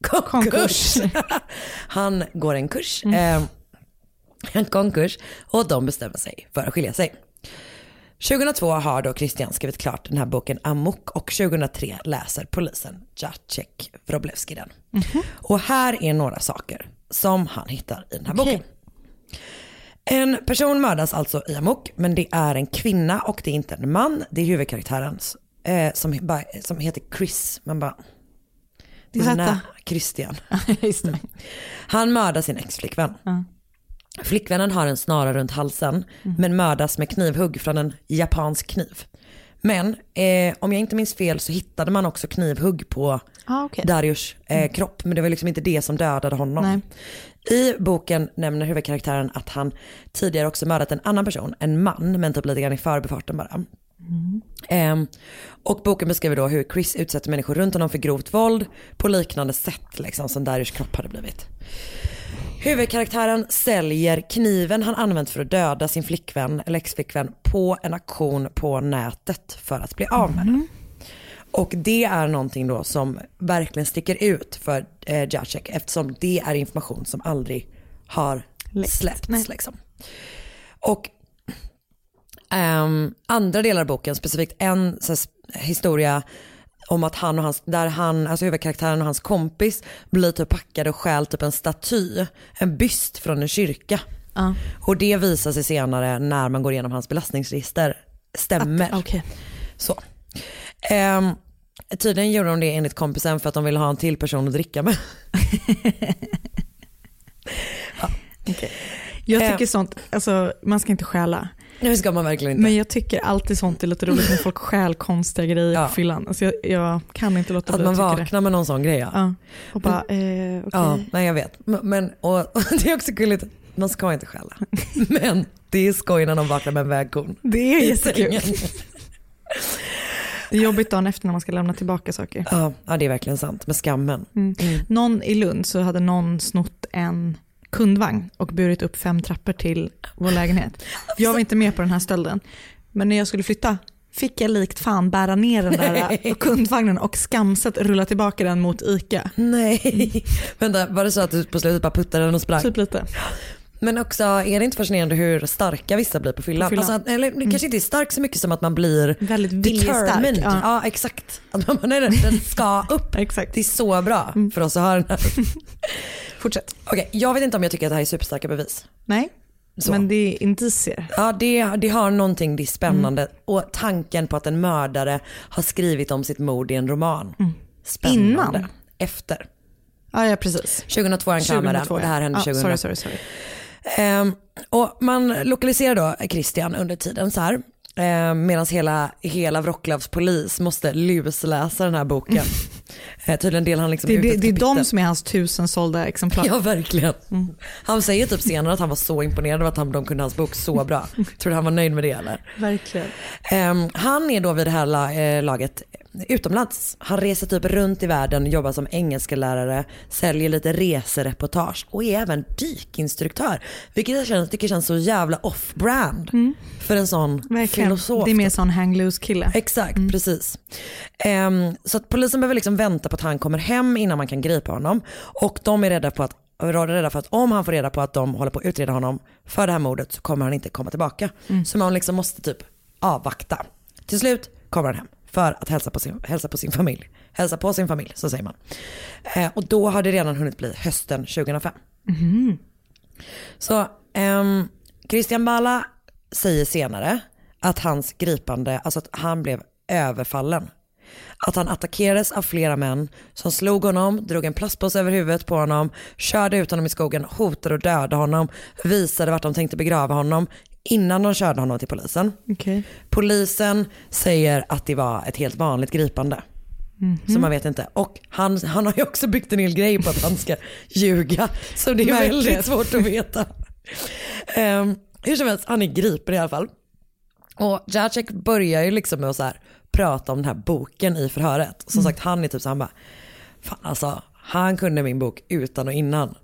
konkurs. Han går en kurs. En konkurs. Och de bestämmer sig för att skilja sig. 2002 har då Christian skrivit klart den här boken Amok och 2003 läser polisen Jacek Wroblewski den. Och här är några saker som han hittar i den här boken. En person mördas alltså i Amok, men det är en kvinna och det är inte en man. Det är huvudkaraktären som heter Chris. Man bara, det är sån Christian. Just det. Han mördar sin ex-flickvän. Flickvännen har en snara runt halsen men mördas med knivhugg från en japansk kniv. Men om jag inte minns fel så hittade man också knivhugg på Darius kropp, men det var liksom inte det som dödade honom. Nej. I boken nämner huvudkaraktären att han tidigare också mördat en annan person, en man, men typ lite grann i förbifarten bara. Och boken beskriver då hur Chris utsätter människor runt honom för grovt våld på liknande sätt liksom, som Darius kropp hade blivit. Huvudkaraktären säljer kniven han använt för att döda sin flickvän eller ex-flickvän på en auktion på nätet för att bli av med den. Och det är någonting då som verkligen sticker ut för Jacek, eftersom det är information som aldrig har släppts. Liksom. Och andra delar av boken, specifikt en historia om att alltså huvudkaraktären och hans kompis blir typ packade och stjäl typ en staty, en byst från en kyrka. Och det visar sig senare när man går igenom hans belastningsregister stämmer. Så. Tydligen gjorde de det enligt kompisen för att de ville ha en till person att dricka med. Jag tycker sånt, alltså man ska inte stjäla. Det ska man verkligen inte. Men jag tycker alltid sånt är lite roligt när folk stjäl konstiga grejer på fyllan. Alltså jag kan inte låta bli att man vaknar med någon sån grej. Och bara, okej. Ja, nej jag vet. Men och det är också gulligt. Man ska inte stjäla. Men det är skoj när de vaknar med en vägkorn. Det är jättekul. Det är jobbigt dagen efter när man ska lämna tillbaka saker. Ja, det är verkligen sant. Med skammen. Någon i Lund så hade någon snott en kundvagn och burit upp 5 trappor till vår lägenhet. Jag var inte med på den här stölden. Men när jag skulle flytta fick jag likt fan bära ner den där kundvagnen och skamset rulla tillbaka den mot Ica. Nej. Vänta, var det så att du på slutet bara puttade den och sprang? Typ lite. Men också, är det inte fascinerande hur starka vissa blir på fyllan? Alltså, eller det kanske inte är stark så mycket som att man blir väldigt viljestark. Ja, exakt. Att man den ska upp. Exakt. Det är så bra för oss att höra den här. Fortsätt. Okej, jag vet inte om jag tycker att det här är superstarka bevis. Nej, men det är indicier. Ja, det har någonting, det är spännande. Och tanken på att en mördare har skrivit om sitt mord i en roman. Spännande. Innan? Efter. Ja, precis. 2002 är en kamera och det här hände 2000. Sorry. Och man lokaliserar då Christian under tiden så här. Medan hela Wroclavs polis måste lusläsa den här boken. Tydligen del han liksom det är de som är hans 1000 sålda exemplar. Ja, verkligen. Han säger typ senare att han var så imponerad av att de kunde hans bok så bra. Tror du han var nöjd med det eller? Verkligen. Han är då vid det här laget utomlands. Han reser typ runt i världen, jobbar som engelsklärare, säljer lite resereportage och är även dykinstruktör. Vilket jag tycker känns så jävla off-brand för en sån filosof. Det är mer sån hang loose kille. Exakt, precis. Så att polisen behöver liksom vänta på att han kommer hem innan man kan gripa honom. Och de är rädda för att om han får reda på att de håller på att utreda honom för det här mordet så kommer han inte komma tillbaka. Så man liksom måste typ avvakta. Till slut kommer han hem för att hälsa på sin familj. Hälsa på sin familj, så säger man. Och då har det redan hunnit bli hösten 2005. Så Christian Balla säger senare att hans gripande, alltså att han blev överfallen. Att han attackerades av flera män som slog honom, drog en plastpåse över huvudet på honom, körde ut honom i skogen, hotade och dödade honom, visade vart de tänkte begrava honom innan de körde honom till polisen. Polisen säger att det var ett helt vanligt gripande. Så man vet inte. Och han har ju också byggt en hel grej på att han ska ljuga. Så det är väldigt svårt att veta. Hur som helst, han är gripen i alla fall. Och Jacek börjar ju liksom med att så här prata om den här boken i förhöret. Som sagt, han är typ så han bara, fan alltså, han kunde min bok utan och innan.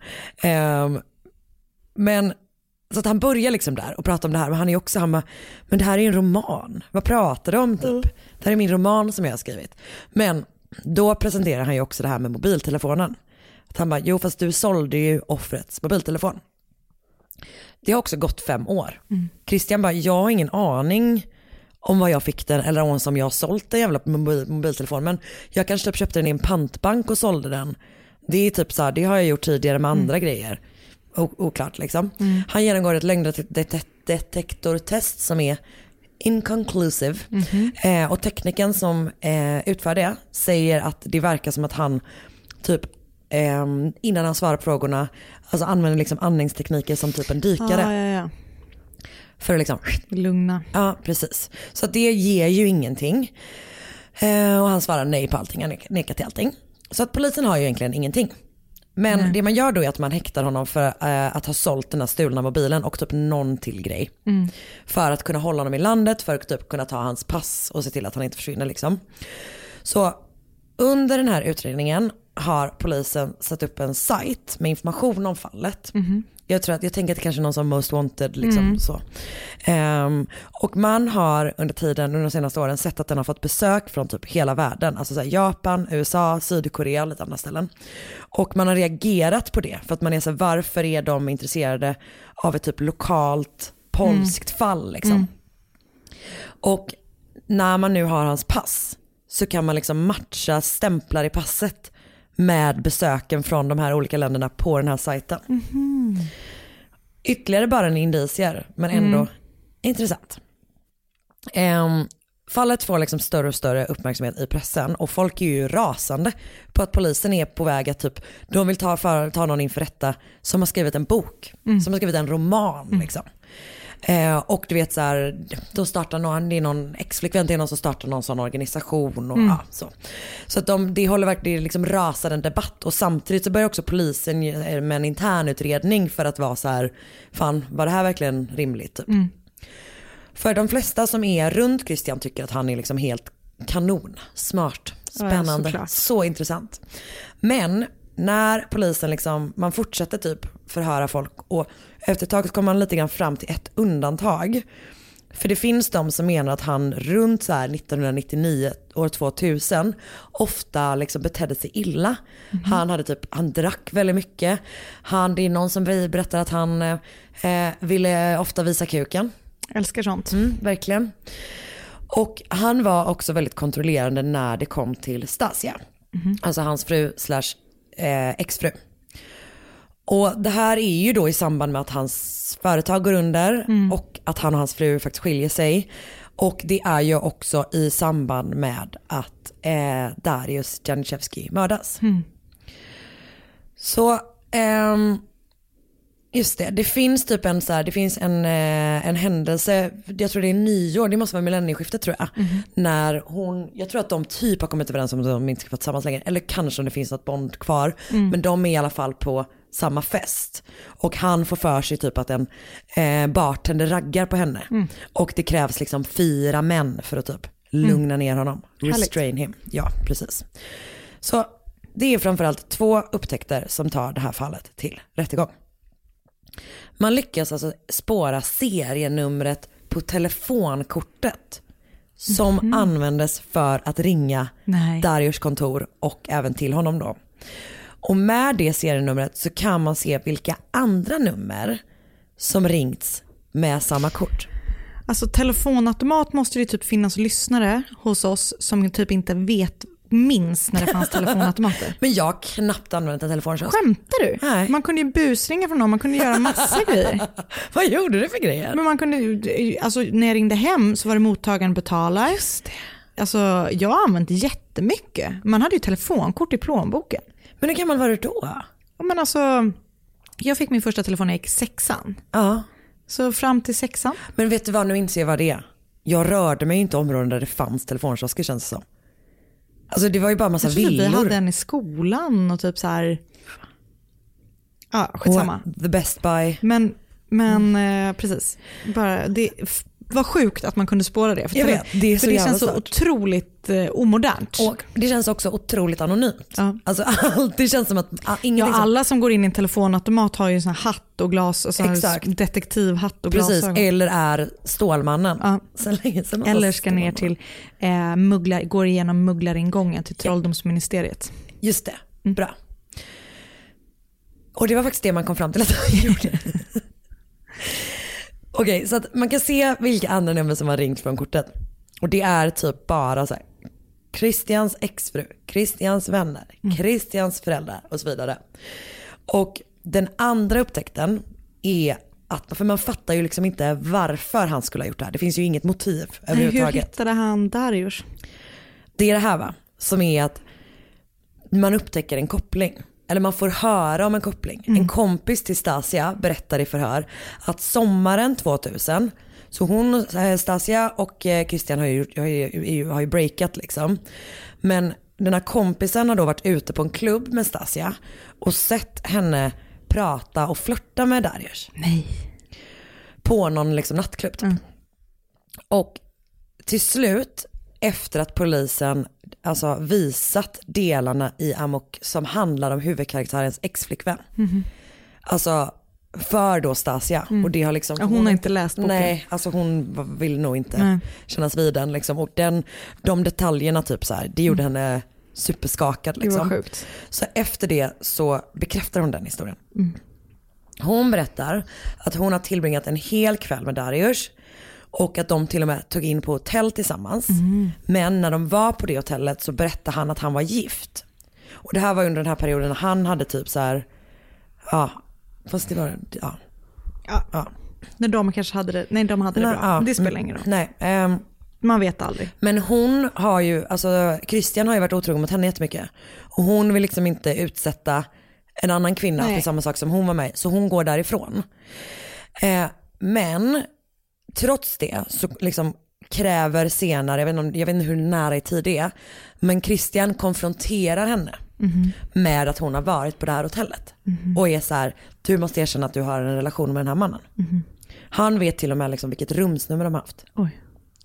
Men så att han börjar liksom där och prata om det här. Men han är också, han bara, men det här är en roman. Vad pratar du om typ? Det här är min roman som jag har skrivit. Men då presenterar han ju också det här med mobiltelefonen. Att han bara, jo fast du sålde ju offrets mobiltelefon. Det har också gått 5 år. Christian bara, jag har ingen aning om vad jag fick den eller om som jag har sålt den jävla mobiltelefon. Men jag kanske typ köpte den i en pantbank och sålde den. Det är typ så här, det har jag gjort tidigare med andra grejer. Oklart liksom. Han genomgår ett lögndetektortest som är inconclusive. Och tekniken som utför det säger att det verkar som att han typ innan han svarar på frågorna alltså använder liksom andningstekniker som typ en dykare. Ja. För att liksom lugna. Ja, precis. Så det ger ju ingenting. Och han svarar nej på allting, han nekar till allting. Så att polisen har ju egentligen ingenting. Men det man gör då är att man häktar honom för att ha sålt den här stulna mobilen och typ någon till grej. För att kunna hålla honom i landet, för att typ kunna ta hans pass och se till att han inte försvinner liksom. Så under den här utredningen har polisen satt upp en sajt med information om fallet. Jag tänker att det kanske är någon som Most Wanted liksom så. Och man har under de senaste åren sett att den har fått besök från typ hela världen. Alltså så här, Japan, USA, Sydkorea och lite andra ställen. Och man har reagerat på det för att man är så här, varför är de intresserade av ett typ lokalt polskt fall liksom. Och när man nu har hans pass så kan man liksom matcha stämplar i passet med besöken från de här olika länderna på den här sajten. Ytterligare bara en indicier, men ändå intressant. Fallet får liksom större och större uppmärksamhet i pressen och folk är ju rasande på att polisen är på väg att typ, de vill ta någon inför rätta som har skrivit en bok, som har skrivit en roman liksom. Och du vet så här, de startar det är någon ex-flickvän, det är någon som startar någon sån organisation och så att det håller verkligen liksom rasar en debatt och samtidigt så börjar också polisen med en intern utredning för att vara så här, fan var det här verkligen rimligt typ. För de flesta som är runt Christian tycker att han är liksom helt kanon, smart, spännande, så intressant. Men när polisen liksom, man fortsätter typ förhöra folk och efter ett tag kommer man lite grann fram till ett undantag. För det finns de som menar att han runt så här 1999, år 2000 ofta liksom betedde sig illa. Han drack väldigt mycket. Det är någon som berättar att han ville ofta visa kuken. Älskar sånt. Verkligen. Och han var också väldigt kontrollerande när det kom till Stasia. Alltså hans fru / exfru. Och det här är ju då i samband med att hans företag går under och att han och hans fru faktiskt skiljer sig. Och det är ju också i samband med att Dariusz Janiszewski mördas. Så just det finns typ en händelse, jag tror det är nyår, det måste vara millennieskiftet tror jag. När jag tror att de typ har kommit överens om att de inte ska vara tillsammans längre, eller kanske om det finns något bond kvar, men de är i alla fall på samma fest och han får för sig typ att en bartender raggar på henne och det krävs liksom 4 män för att typ lugna ner honom, restrain him. Ja, precis. Så det är framförallt 2 upptäckter som tar det här fallet till rättegång. Man lyckas alltså spåra serienumret på telefonkortet som användes för att ringa Dariusz kontor och även till honom då. Och med det serienumret så kan man se vilka andra nummer som ringts med samma kort. Alltså telefonautomat måste det typ finnas lyssnare hos oss som typ inte minns när det fanns telefonautomater. Men jag har knappt använt en telefon. Skämtar du? Nej. Man kunde ju busringa från någon, man kunde göra massa grejer. Vad gjorde du för grejer? Men man kunde, alltså när jag ringde hem så var det mottagaren betalar. Just det. Alltså jag har använt jättemycket. Man hade ju telefonkort i plånboken. Men hur gammal var du då? Ja, men alltså, jag fick min första telefon när jag gick 6:an. Ja. Så fram till 6:an. Men vet du vad, nu inser jag vad det är. Jag rörde mig inte i områden där det fanns telefonkiosker, känns det som. Alltså det var ju bara massa villor. Vi hade en i skolan och typ så här. Ja, skitsamma. The Best Buy. Men precis. Bara det var sjukt att man kunde spåra det. För jag vet, det är så för det jävla känns så otroligt omodernt. Och det känns också otroligt anonymt. Ja. Alltså det känns som att alla som går in i en telefonautomat har ju sån här hatt och glas och sån detektivhatt och glasögon. Eller är Stålmannen. Ja. Så länge sedan eller ska ner till går igenom mugglaringången till trolldomsministeriet. Just det, bra. Och det var faktiskt det man kom fram till att han gjorde. Okej, så att man kan se vilka andra nummer som har ringt från kortet. Och det är typ bara så här: Christians exfru, Christians vänner, Christians föräldrar och så vidare. Och den andra upptäckten är att, för man fattar ju liksom inte varför han skulle ha gjort det här. Det finns ju inget motiv överhuvudtaget. Hur hittade han Darius? Det är det här va, som är att man upptäcker en koppling. Eller man får höra om en koppling. En kompis till Stasia berättar i förhör att sommaren 2000, så hon, Stasia och Christian har ju breakat liksom. Men den här kompisen har då varit ute på en klubb med Stasia och sett henne prata och flirta med Darius. Nej. På någon liksom nattklubb typ. Och till slut, efter att polisen alltså visat delarna i Amok som handlar om huvudkaraktärens exflickvän. Alltså för då Stasia. Och det har liksom, hon har inte läst boken. Nej, alltså hon vill nog inte kännas vid den liksom. Och de detaljerna typ så här, det gjorde henne superskakad liksom. Det var sjukt. Så efter det så bekräftar hon den historien. Hon berättar att hon har tillbringat en hel kväll med Darius och att de till och med tog in på hotell tillsammans. Men när de var på det hotellet så berättade han att han var gift. Och det här var under den här perioden när han hade typ så här, fast det var, När de kanske hade det, nej de hade det bra. Det spelar ingen roll. Nej, man vet aldrig. men hon har ju, alltså Christian har ju varit otrogen mot henne jättemycket. Och hon vill liksom inte utsätta en annan kvinna för samma sak som hon var med. Så hon går därifrån. Men trots det så liksom kräver senare, jag vet inte hur nära i tid det är, men Christian konfronterar henne med att hon har varit på det här hotellet. Och är så här: du måste erkänna att du har en relation med den här mannen. Han vet till och med liksom vilket rumsnummer de har haft. Oj.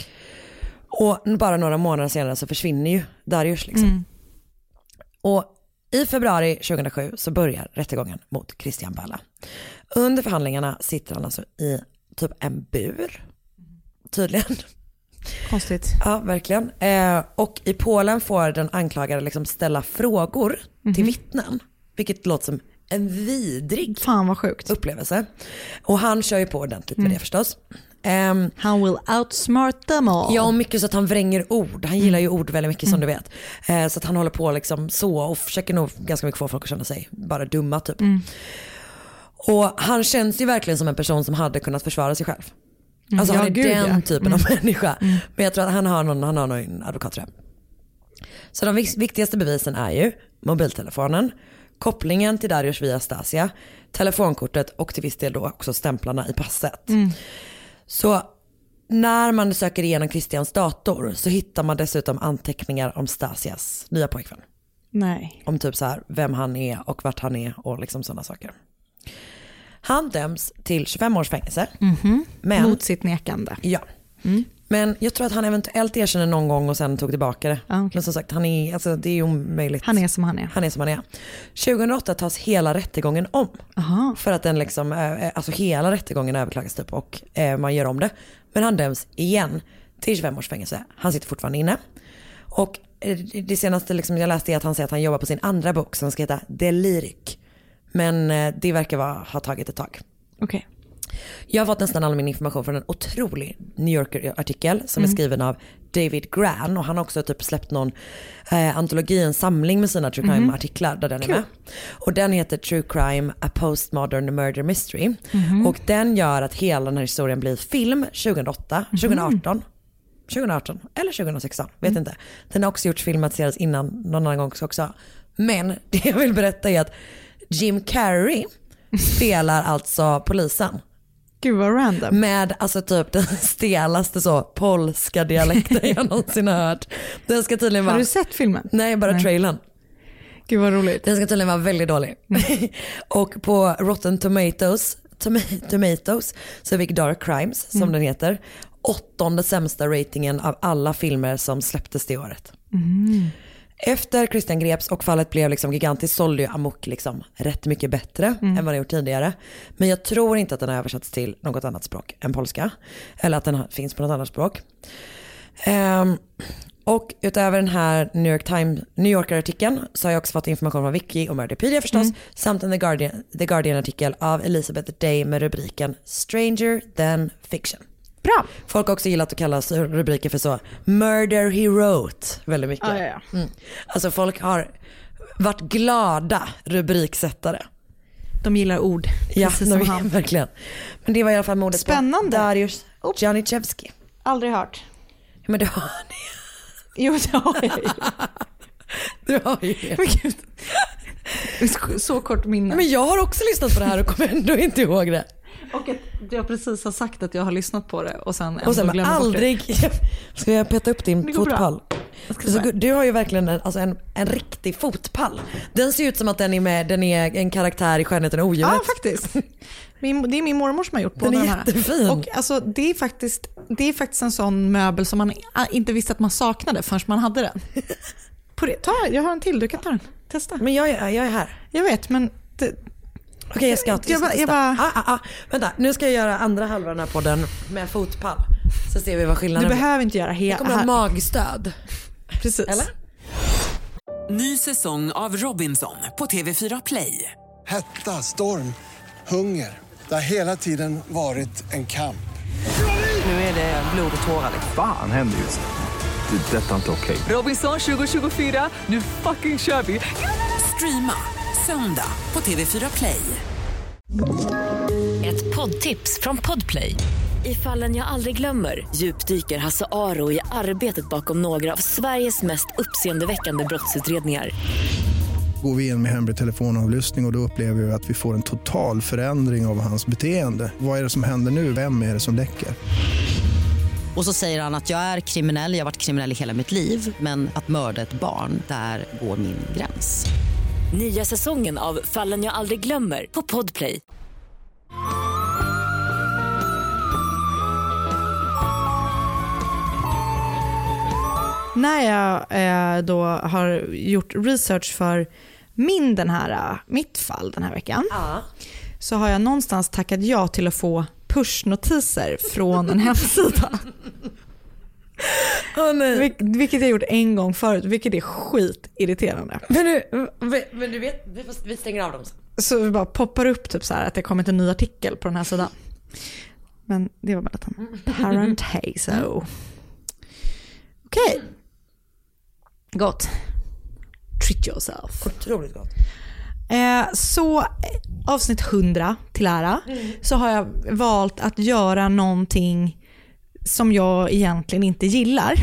Och bara några månader senare så försvinner ju Darius liksom. Och i februari 2007 så börjar rättegången mot Christian Balla. Under förhandlingarna sitter han alltså i typ en bur. Tydligen. Konstigt. Ja, verkligen. Och i Polen får den anklagade liksom ställa frågor till vittnen. Vilket låter som en vidrig upplevelse. Och han kör ju på ordentligt med det förstås. Han will outsmart them all. Ja, och mycket så att han vränger ord. Han gillar ju ord väldigt mycket som du vet. Så att han håller på liksom så och försöker nog ganska mycket få folk att känna sig bara dumma typ. Och han känns ju verkligen som en person som hade kunnat försvara sig själv. Alltså han är den typen av människa. Men jag tror att han har någon advokat tror jag. Så de viktigaste bevisen är ju mobiltelefonen, kopplingen till Darius via Stasia, telefonkortet och till viss del då också stämplarna i passet. Så när man söker igenom Christians dator så hittar man dessutom anteckningar om Stasias nya pojkvän. Nej. Om typ så här vem han är och vart han är och liksom sådana saker. Han döms till 25 års fängelse. Men, mot sitt nekande. Ja. Men jag tror att han eventuellt erkänner någon gång och sen tog tillbaka det. Men som sagt, han är, alltså, det är omöjligt. Han är som han är. Han är som han är. 2008 tas hela rättegången om. För att den liksom, alltså hela rättegången överklagas typ och man gör om det. Men han döms igen till 25 års fängelse. Han sitter fortfarande inne. Och det senaste liksom jag läste är att han säger att han jobbar på sin andra bok som ska heta Deliric. Men det verkar ha tagit ett tag. Okej. Jag har fått nästan all min information från en otrolig New Yorker-artikel som är skriven av David Gran. Och han har också typ släppt någon antologi, en samling med sina True Crime-artiklar där den är med. Och den heter True Crime, A Postmodern Murder Mystery. Och den gör att hela den här historien blir film 2018 eller 2016, vet inte. Den har också gjorts filmatiseras innan någon annan gång också. Men det jag vill berätta är att Jim Carrey spelar alltså polisen. Gud vad random. Med alltså typ den stelaste så polska dialekten jag någonsin har hört. Den ska tydligen vara... Har du sett filmen? Nej, bara trailern. Gud vad roligt. Den ska tydligen vara väldigt dålig. Och på Rotten Tomatoes så fick Dark Crimes, som den heter, 8:e sämsta ratingen av alla filmer som släpptes det året. Efter Christian greps och fallet blev liksom gigantiskt, sålde ju Amok liksom rätt mycket bättre än vad den gjort tidigare. Men jag tror inte att den har översatts till något annat språk än polska. Eller att den finns på något annat språk. Och utöver den här New Yorker-artikeln så har jag också fått information från Wiki och Murderpedia förstås, samt en The Guardian-artikel av Elizabeth Day med rubriken Stranger Than Fiction. Bra. Folk har också gillat att kalla rubriker för så Murder He Wrote väldigt mycket. Ja. Alltså folk har varit glada rubriksättare. De gillar ord. Ja, verkligen. Men det var i alla fall mordet Spännande. på Dariusz Janiszewski. Aldrig hört. Men det har ni. Jo, det har jag ju. Du har ju det. Men gud. Så kort minne. Men jag har också lyssnat på det här och kommer ändå inte ihåg det. Och att jag precis har sagt att jag har lyssnat på det och sen glömmer aldrig bort det. Ska jag peta upp din fotpall? Du har ju verkligen en riktig fotpall. Den ser ut som att den är en karaktär i Skönheten och odjuret. Ja, faktiskt. Det är min mormor som har gjort på den här. Jättefin. Och alltså, det är faktiskt en sån möbel som man inte visste att man saknade förrän man hade den. Jag har en till, du kan ta den. Testa. Men jag är här. Jag vet, men... Okej, jag ska testa. Vänta, nu ska jag göra andra halvan av den här podden med fotpall. Så ser vi vad skillnaden är. Du behöver inte göra jag kommer ha magstöd. Precis. Eller? Ny säsong av Robinson på TV4 Play. Hetta, storm, hunger. Det har hela tiden varit en kamp. Nu är det blod och tårar. Fan händer just det. Det är detta inte okej. Robinson 2024, nu fucking kör vi. Streama söndag på TV4 Play. Ett poddtips från Podplay. I Fallen jag aldrig glömmer djupdyker Hasse Aro i arbetet bakom några av Sveriges mest uppseendeväckande brottsutredningar. Går vi in med hemlig telefonavlyssning och då upplever vi att vi får en total förändring av hans beteende. Vad är det som händer nu? Vem är det som läcker? Och så säger han att jag är kriminell, jag har varit kriminell i hela mitt liv. Men att mörda ett barn, där går min gräns. Nya säsongen av Fallen jag aldrig glömmer på Podplay. När jag då har gjort research för mitt fall den här veckan, så har jag någonstans tackat ja till att få pushnotiser från en hemsida. Vilket jag gjort en gång förut, vilket är skitirriterande. Men du vet, vi stänger av dem. Så vi bara poppar upp typ så här att det kommit en ny artikel på den här sidan. Men det var bara en parenthazo. Okej. Gott. Treat yourself. Otroligt gott. Så avsnitt 100 till ära, så har jag valt att göra någonting som jag egentligen inte gillar.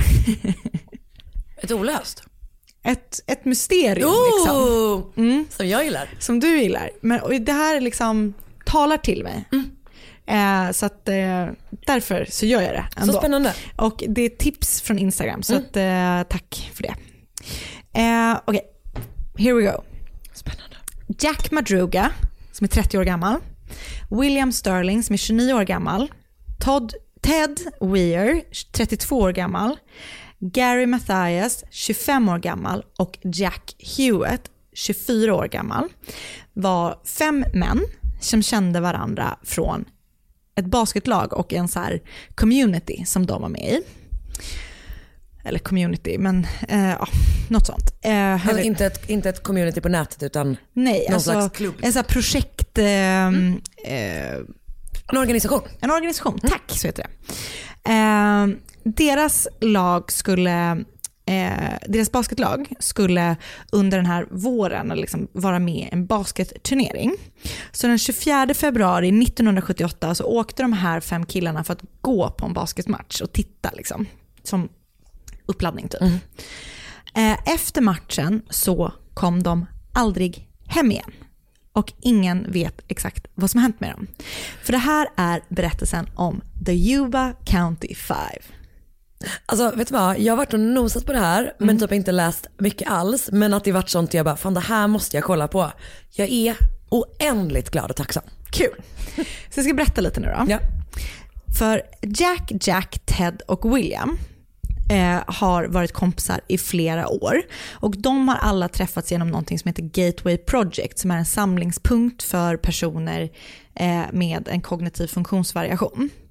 Ett olöst. Ett mysterium liksom. Som jag gillar. Som du gillar. Men och det här liksom talar till mig. Så att därför så gör jag det ändå. Så spännande. Och det är tips från Instagram, så att tack för det. Okej, here we go. Spännande. Jack Madruga, som är 30 år gammal. William Sterling, som är 29 år gammal. Ted Weir, 32 år gammal. Gary Mathias, 25 år gammal. Och Jack Hewitt, 24 år gammal. Var 5 män som kände varandra från ett basketlag och en så här community som de var med i. Eller community, men något sånt. Alltså inte ett community på nätet, utan nej, någon slags klubb. En sån här projekt... en organisation. En organisation, tack, så heter det. Deras lag skulle... deras basketlag skulle under den här våren liksom vara med i en basketturnering. Så den 24 februari 1978 så åkte de här 5 killarna för att gå på en basketmatch och titta liksom, som uppladdning typ. Efter matchen så kom de aldrig hem igen. Och ingen vet exakt vad som har hänt med dem. För det här är berättelsen om The Yuba County Five. Alltså vet du vad, jag har varit och nosat på det här men typ inte läst mycket alls, men att det varit sånt jag bara, fan det här måste jag kolla på. Jag är oändligt glad och tacksam. Kul. Så jag ska berätta lite nu då. Ja. För Jack, Ted och William har varit kompisar i flera år, och de har alla träffats genom någonting som heter Gateway Project, som är en samlingspunkt för personer med en kognitiv funktionsvariation.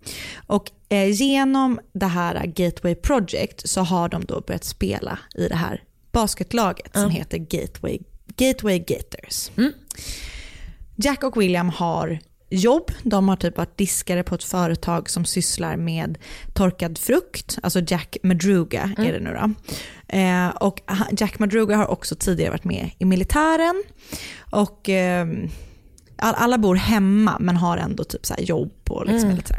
Och genom det här Gateway Project så har de då börjat spela i det här basketlaget som heter Gateway Gators. Jack och William har jobb. De har typ varit diskare på ett företag som sysslar med torkad frukt. Alltså Jack Madruga är det nu då. Och Jack Madruga har också tidigare varit med i militären. Och alla bor hemma men har ändå typ så här jobb och liksom militär.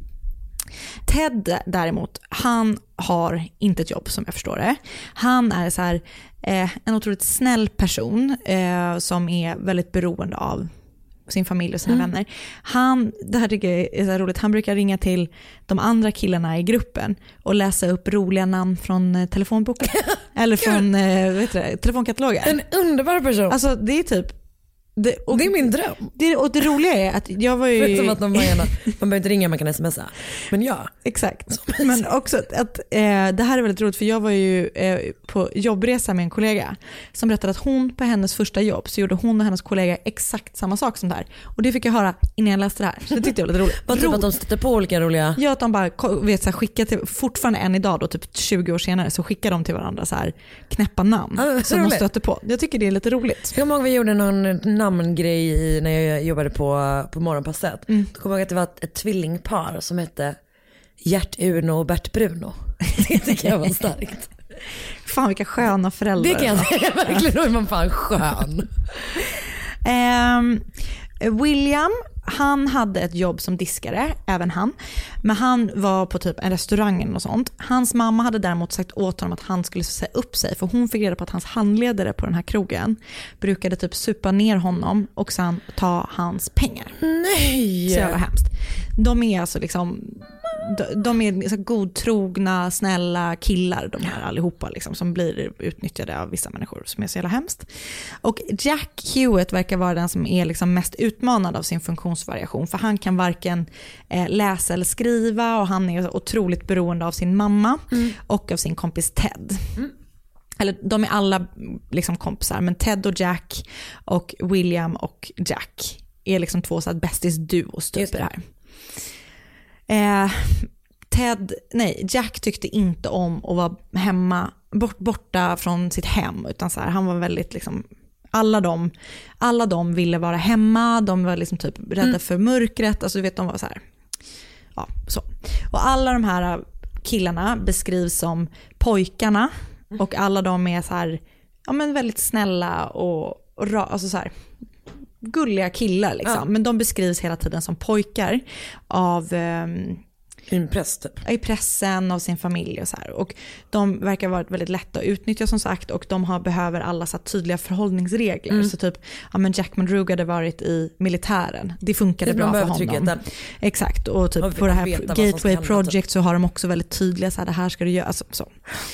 Ted däremot, han har inte ett jobb som jag förstår det. Han är så här, en otroligt snäll person som är väldigt beroende av sin familj och sina vänner. Det här tycker jag är så roligt. Han brukar ringa till de andra killarna i gruppen och läsa upp roliga namn från telefonboken. Eller från telefonkataloger. En underbar person. Alltså det är typ det är min dröm. Det roliga är att jag var ju... Som att man behöver inte ringa, man kan smsa. Men ja. Exakt. Men också att det här är väldigt roligt för jag var ju på jobbresa med en kollega som berättade att hon på hennes första jobb så gjorde hon och hennes kollega exakt samma sak som det här. Och det fick jag höra innan jag läste det här. Så det tyckte jag var lite roligt. Vad typ att de stötte på olika roliga... Ja, att de bara skickar till, fortfarande än idag då, typ 20 år senare så skickar de till varandra så här knäppa namn som de stöter på. Jag tycker det är lite roligt. Jag kommer ihåg vi gjorde någon namngrej när jag jobbade på morgonpasset. Då kommer jag ihåg att det var ett tvillingpar som hette Gert-Uno och Bert-Bruno. Det tycker jag var starkt. Fan vilka sköna föräldrar. Det kan jag säga, verkligen. Då är man fan skön. William, han hade ett jobb som diskare, även han. Men han var på typ en restaurang och sånt. Hans mamma hade däremot sagt åt honom att han skulle säga upp sig. För hon fick reda på att hans handledare på den här krogen brukade typ supa ner honom och sen ta hans pengar. Nej! Så det var hemskt. De är alltså liksom... De är så godtrogna, snälla killar, de här allihopa liksom, som blir utnyttjade av vissa människor som är så jävla hemskt. Och Jack Hewitt verkar vara den som är liksom mest utmanad av sin funktionsvariation, för han kan varken läsa eller skriva och han är otroligt beroende av sin mamma och av sin kompis Ted. Eller de är alla liksom kompisar, men Ted och Jack och William och Jack är liksom två så här bästis-duos typ i det här. Jack tyckte inte om att vara hemma, borta från sitt hem, utan så här, han var väldigt liksom, alla de ville vara hemma, de var liksom typ rädda för mörkret, alltså du vet, de var så här, ja, så. Och alla de här killarna beskrivs som pojkarna och alla de är så här, ja men väldigt snälla och alltså så här gulliga killar liksom. Men de beskrivs hela tiden som pojkar av i pressen, av sin familj och så här. Och de verkar vara väldigt lätta att utnyttja som sagt, och de behöver alla så tydliga förhållningsregler. Så typ, ja men Jack Madruga hade varit i militären. Det funkade bra för honom. Exakt, och typ på det här Gateway Project så har de också väldigt tydliga så här, det här ska du göra, alltså, så.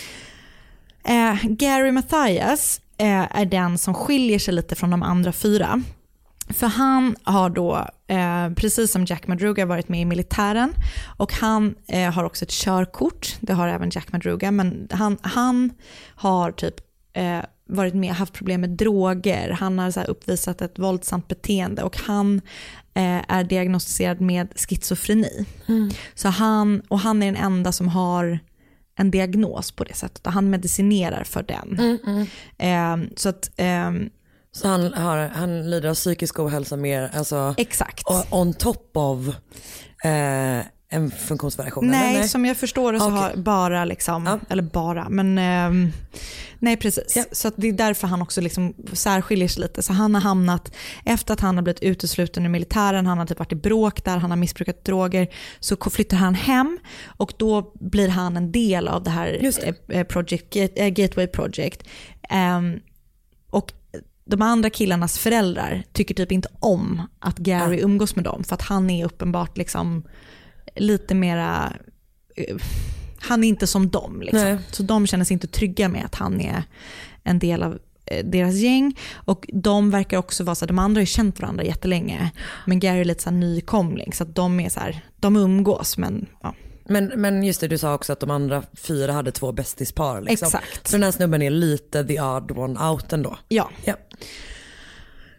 Gary Mathias är den som skiljer sig lite från de andra fyra. För han har då, precis som Jack Madruga, varit med i militären, och han har också ett körkort. Det har även Jack Madruga, men han har typ varit med, haft problem med droger. Han har så här uppvisat ett våldsamt beteende, och han är diagnostiserad med schizofreni. Så han är den enda som har en diagnos på det sättet, och han medicinerar för den. Så att så han lider av psykisk ohälsa mer, alltså, exakt. On top of en funktionsvariation? Nej, som jag förstår det så har bara liksom, eller bara, men nej precis. Ja. Så att det är därför han också liksom särskiljer sig lite. Så han har hamnat, efter att han har blivit utesluten ur militären, han har typ varit i bråk där, han har missbrukat droger, så flyttar han hem, och då blir han en del av det här Gateway Project. Och de andra killarnas föräldrar tycker typ inte om att Gary umgås med dem, för att han är uppenbart liksom lite mera, han är inte som dem liksom. Så de känner sig inte trygga med att han är en del av deras gäng, och de verkar också vara så här, de andra har ju känt varandra jättelänge, men Gary är lite så här nykomling, så att de är så här, de umgås, men ja. Men just det, du sa också att de andra fyra hade två bästispar liksom. Exakt. Så den här snubben är lite the odd one out ändå. Ja.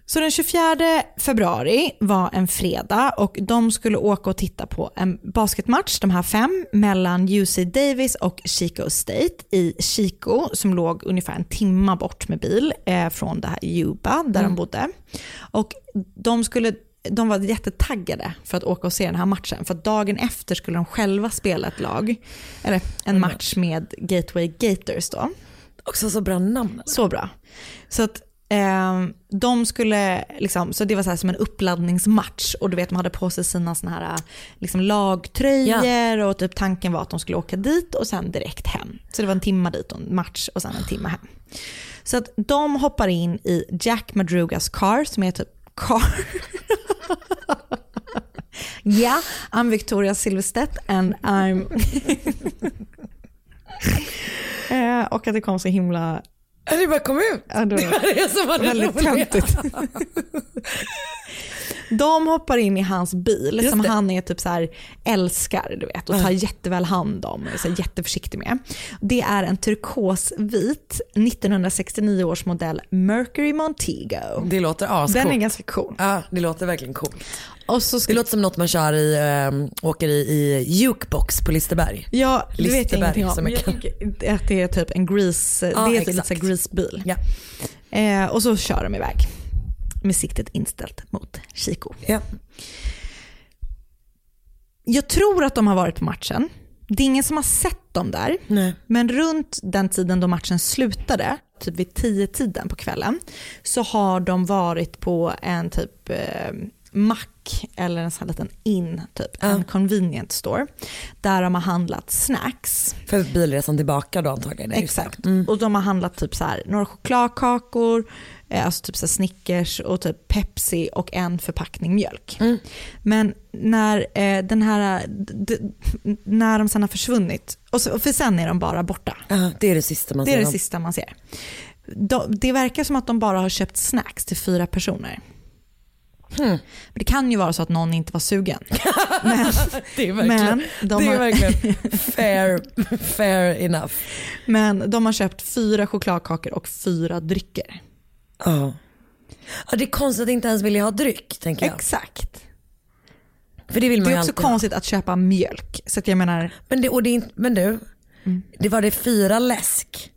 Så den 24 februari var en fredag och de skulle åka och titta på en basketmatch, de här 5, mellan UC Davis och Chico State i Chico, som låg ungefär en timma bort med bil från det här Yuba där de bodde. Och de var jättetaggade för att åka och se den här matchen, för att dagen efter skulle de själva spela ett lag, eller en match med Gateway Gators då. Också så bra namn. Så bra. Så att de skulle liksom, så det var så här som en uppladdningsmatch, och du vet, de hade på sig sina såna här liksom lagtröjor och typ tanken var att de skulle åka dit och sen direkt hem. Så det var en timma dit och en match och sen en timma hem. Så att de hoppar in i Jack Madrugas car, som är typ yeah, I'm Victoria Silvstedt and I'm och att det kom så himla det bara kom ut. Ja, det var väldigt töntigt. De hoppar in i hans bil som han är typ så här älskar, du vet, och tar jätteväl hand om och är så jätteförsiktig med. Det är en turkosvit 1969 års modell Mercury Montego. Det låter ascoolt. Den är ganska cool. Ja, det låter verkligen coolt. Och så det låter som något man kör åker i jukebox på Listerberg. Ja, det vet jag ingenting om. Men jag tänker att det är typ en grease, det är typ lite greasebil. Ja. Och så kör de iväg med siktet inställt mot Chico. Ja. Jag tror att de har varit på matchen. Det är ingen som har sett dem där. Nej. Men runt den tiden då matchen slutade, typ vid 10-tiden på kvällen, så har de varit på en typ mack eller en sån här liten inn, typ en convenient store, där de har handlat snacks. För bilresan tillbaka då antagligen. Exakt. Och de har handlat typ så här några chokladkakor, alltså typ så här Snickers och typ Pepsi och en förpackning mjölk. Men när när de sen har försvunnit, och för sen är de bara borta. Det är det sista man ser. Det är det sista man ser. Det verkar som att de bara har köpt snacks till 4 personer. Men det kan ju vara så att någon inte var sugen. Men, det är verkligen, det är verkligen fair enough. Men de har köpt 4 chokladkakor och 4 drycker. Ja, det är konstigt att inte ens vilja ha dryck, tänker jag. Exakt. För det vill man det är också konstigt att köpa mjölk. Så att jag menar... det var det 4 läsk.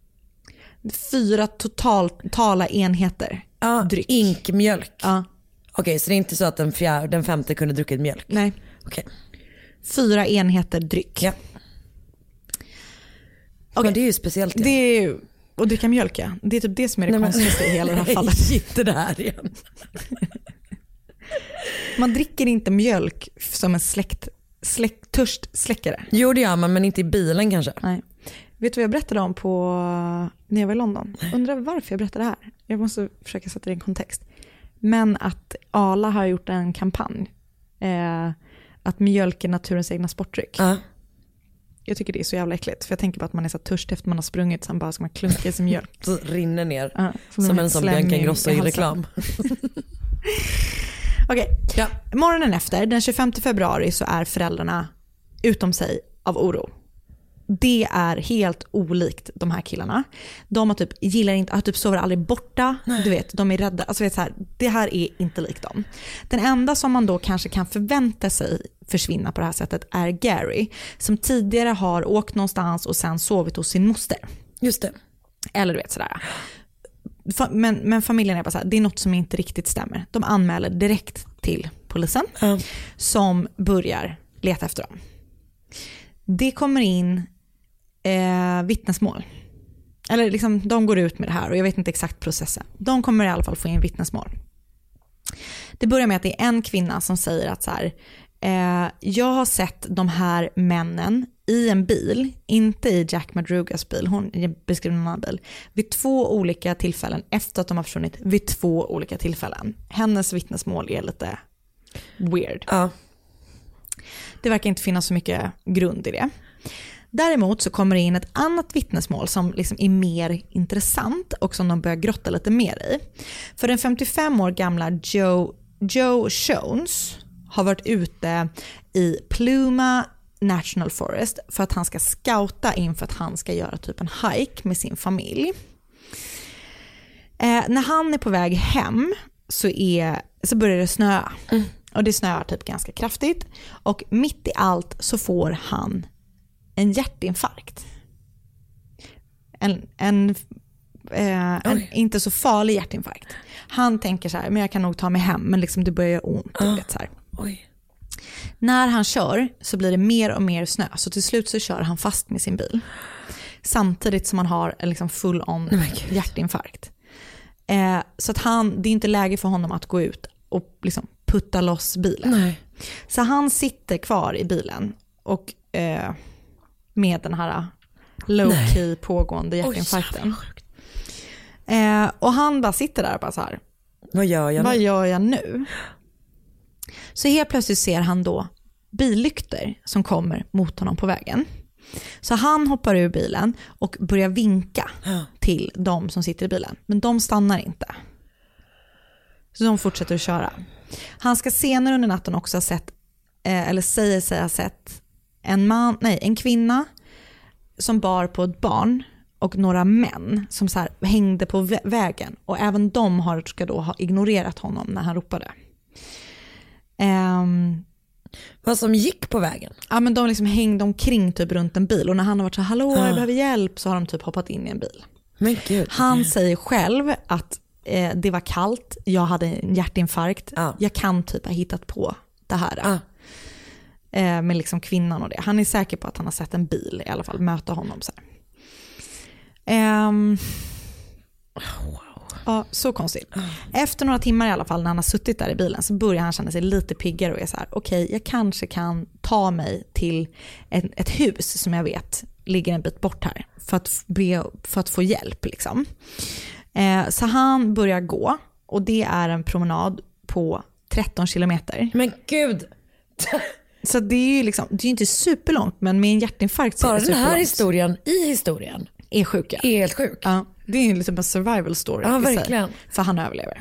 4 totala enheter dryck. Inkmjölk. Ja. Okej, så det är inte så att den 5:e kunde druckit mjölk? Nej. Okej. 4 enheter dryck. Ja. Men det är ju speciellt. Det är ju, och dricka mjölk, ja. Det är typ det som är det konstigaste i hela det här fallet. Inte det här igen. Man dricker inte mjölk som en törstsläckare. Jo, det gör man, men inte i bilen kanske. Nej. Vet du vad jag berättade om när jag var i London? Undrar varför jag berättade det här. Jag måste försöka sätta det i en kontext. Men att Arla har gjort en kampanj. Att mjölk är naturens egna sportdryck. Jag tycker det är så jävla äckligt. För jag tänker på att man är så törst efter man har sprungit. Sen bara ska man klunka i sig mjölk. Så rinner ner. Som en sån Bianca Ingrosso i reklam. Okej. Ja. Morgonen efter, den 25 februari, så är föräldrarna utom sig av oro. Det är helt olikt de här killarna. De har typ, typ sover aldrig borta. Nej. Du vet, de är rädda. Alltså vet så här, det här är inte likt dem. Den enda som man då kanske kan förvänta sig försvinna på det här sättet är Gary, som tidigare har åkt någonstans och sen sovit hos sin moster. Just det. Eller du vet sådär. Men familjen är bara så här, det är något som inte riktigt stämmer. De anmäler direkt till polisen som börjar leta efter dem. Det kommer in vittnesmål. Eller liksom, de går ut med det här och jag vet inte exakt processen. De kommer i alla fall få in vittnesmål. Det börjar med att det är en kvinna som säger att så här, jag har sett de här männen i en bil, inte i Jack Madrugas bil, hon beskriver en annan bil, vid 2 olika tillfällen efter att de har försvunnit, vid 2 olika tillfällen. Hennes vittnesmål är lite weird. Ja. Det verkar inte finnas så mycket grund i det. Däremot så kommer det in ett annat vittnesmål som liksom är mer intressant och som de börjar grotta lite mer i. För den 55 år gamla Joe Jones har varit ute i Pluma National Forest för att han ska scouta inför att han ska göra typ en hike med sin familj. När han är på väg hem så börjar det snöa. Och det snöar typ ganska kraftigt. Och mitt i allt så får han en hjärtinfarkt. En inte så farlig hjärtinfarkt. Han tänker så här, men jag kan nog ta mig hem, men liksom det börjar göra ont. Vet, så här. När han kör så blir det mer och mer snö, så till slut så kör han fast med sin bil. Samtidigt som han har en liksom full on hjärtinfarkt. Så att det är inte läge för honom att gå ut och liksom putta loss bilen. Nej. Så han sitter kvar i bilen och med den här low-key pågående hjärtinfarkten. Och han bara sitter där och bara så här, vad gör jag nu? Så helt plötsligt ser han då billyktor som kommer mot honom på vägen. Så han hoppar ur bilen och börjar vinka till de som sitter i bilen. Men de stannar inte. Så de fortsätter att köra. Han ska senare under natten också ha sett, eller säger sig ha sett, en kvinna som bar på ett barn och några män som så här hängde på vägen. Och även de ska då ha ignorerat honom när han ropade. Vad som gick på vägen? Ja, men de liksom hängde omkring typ runt en bil. Och när han har varit så här, hallå, jag behöver hjälp, så har de typ hoppat in i en bil. Men Gud. Han säger själv att det var kallt, jag hade en hjärtinfarkt. Jag kan typ ha hittat på det här. Med liksom kvinnan och det. Han är säker på att han har sett en bil i alla fall möta honom så här. Ja, så konstigt. Efter några timmar i alla fall när han har suttit där i bilen så börjar han känna sig lite piggare och är så här, okej, jag kanske kan ta mig till ett hus som jag vet ligger en bit bort här för att få hjälp liksom. Så han börjar gå, och det är en promenad på 13 kilometer. Men Gud! Så det är ju liksom, det är inte superlångt, men med en hjärtinfarkt så är det superlångt. Den här historien är sjuka. Är helt sjuk. Ja, det är liksom en survival story. Ja, verkligen. För han överlever.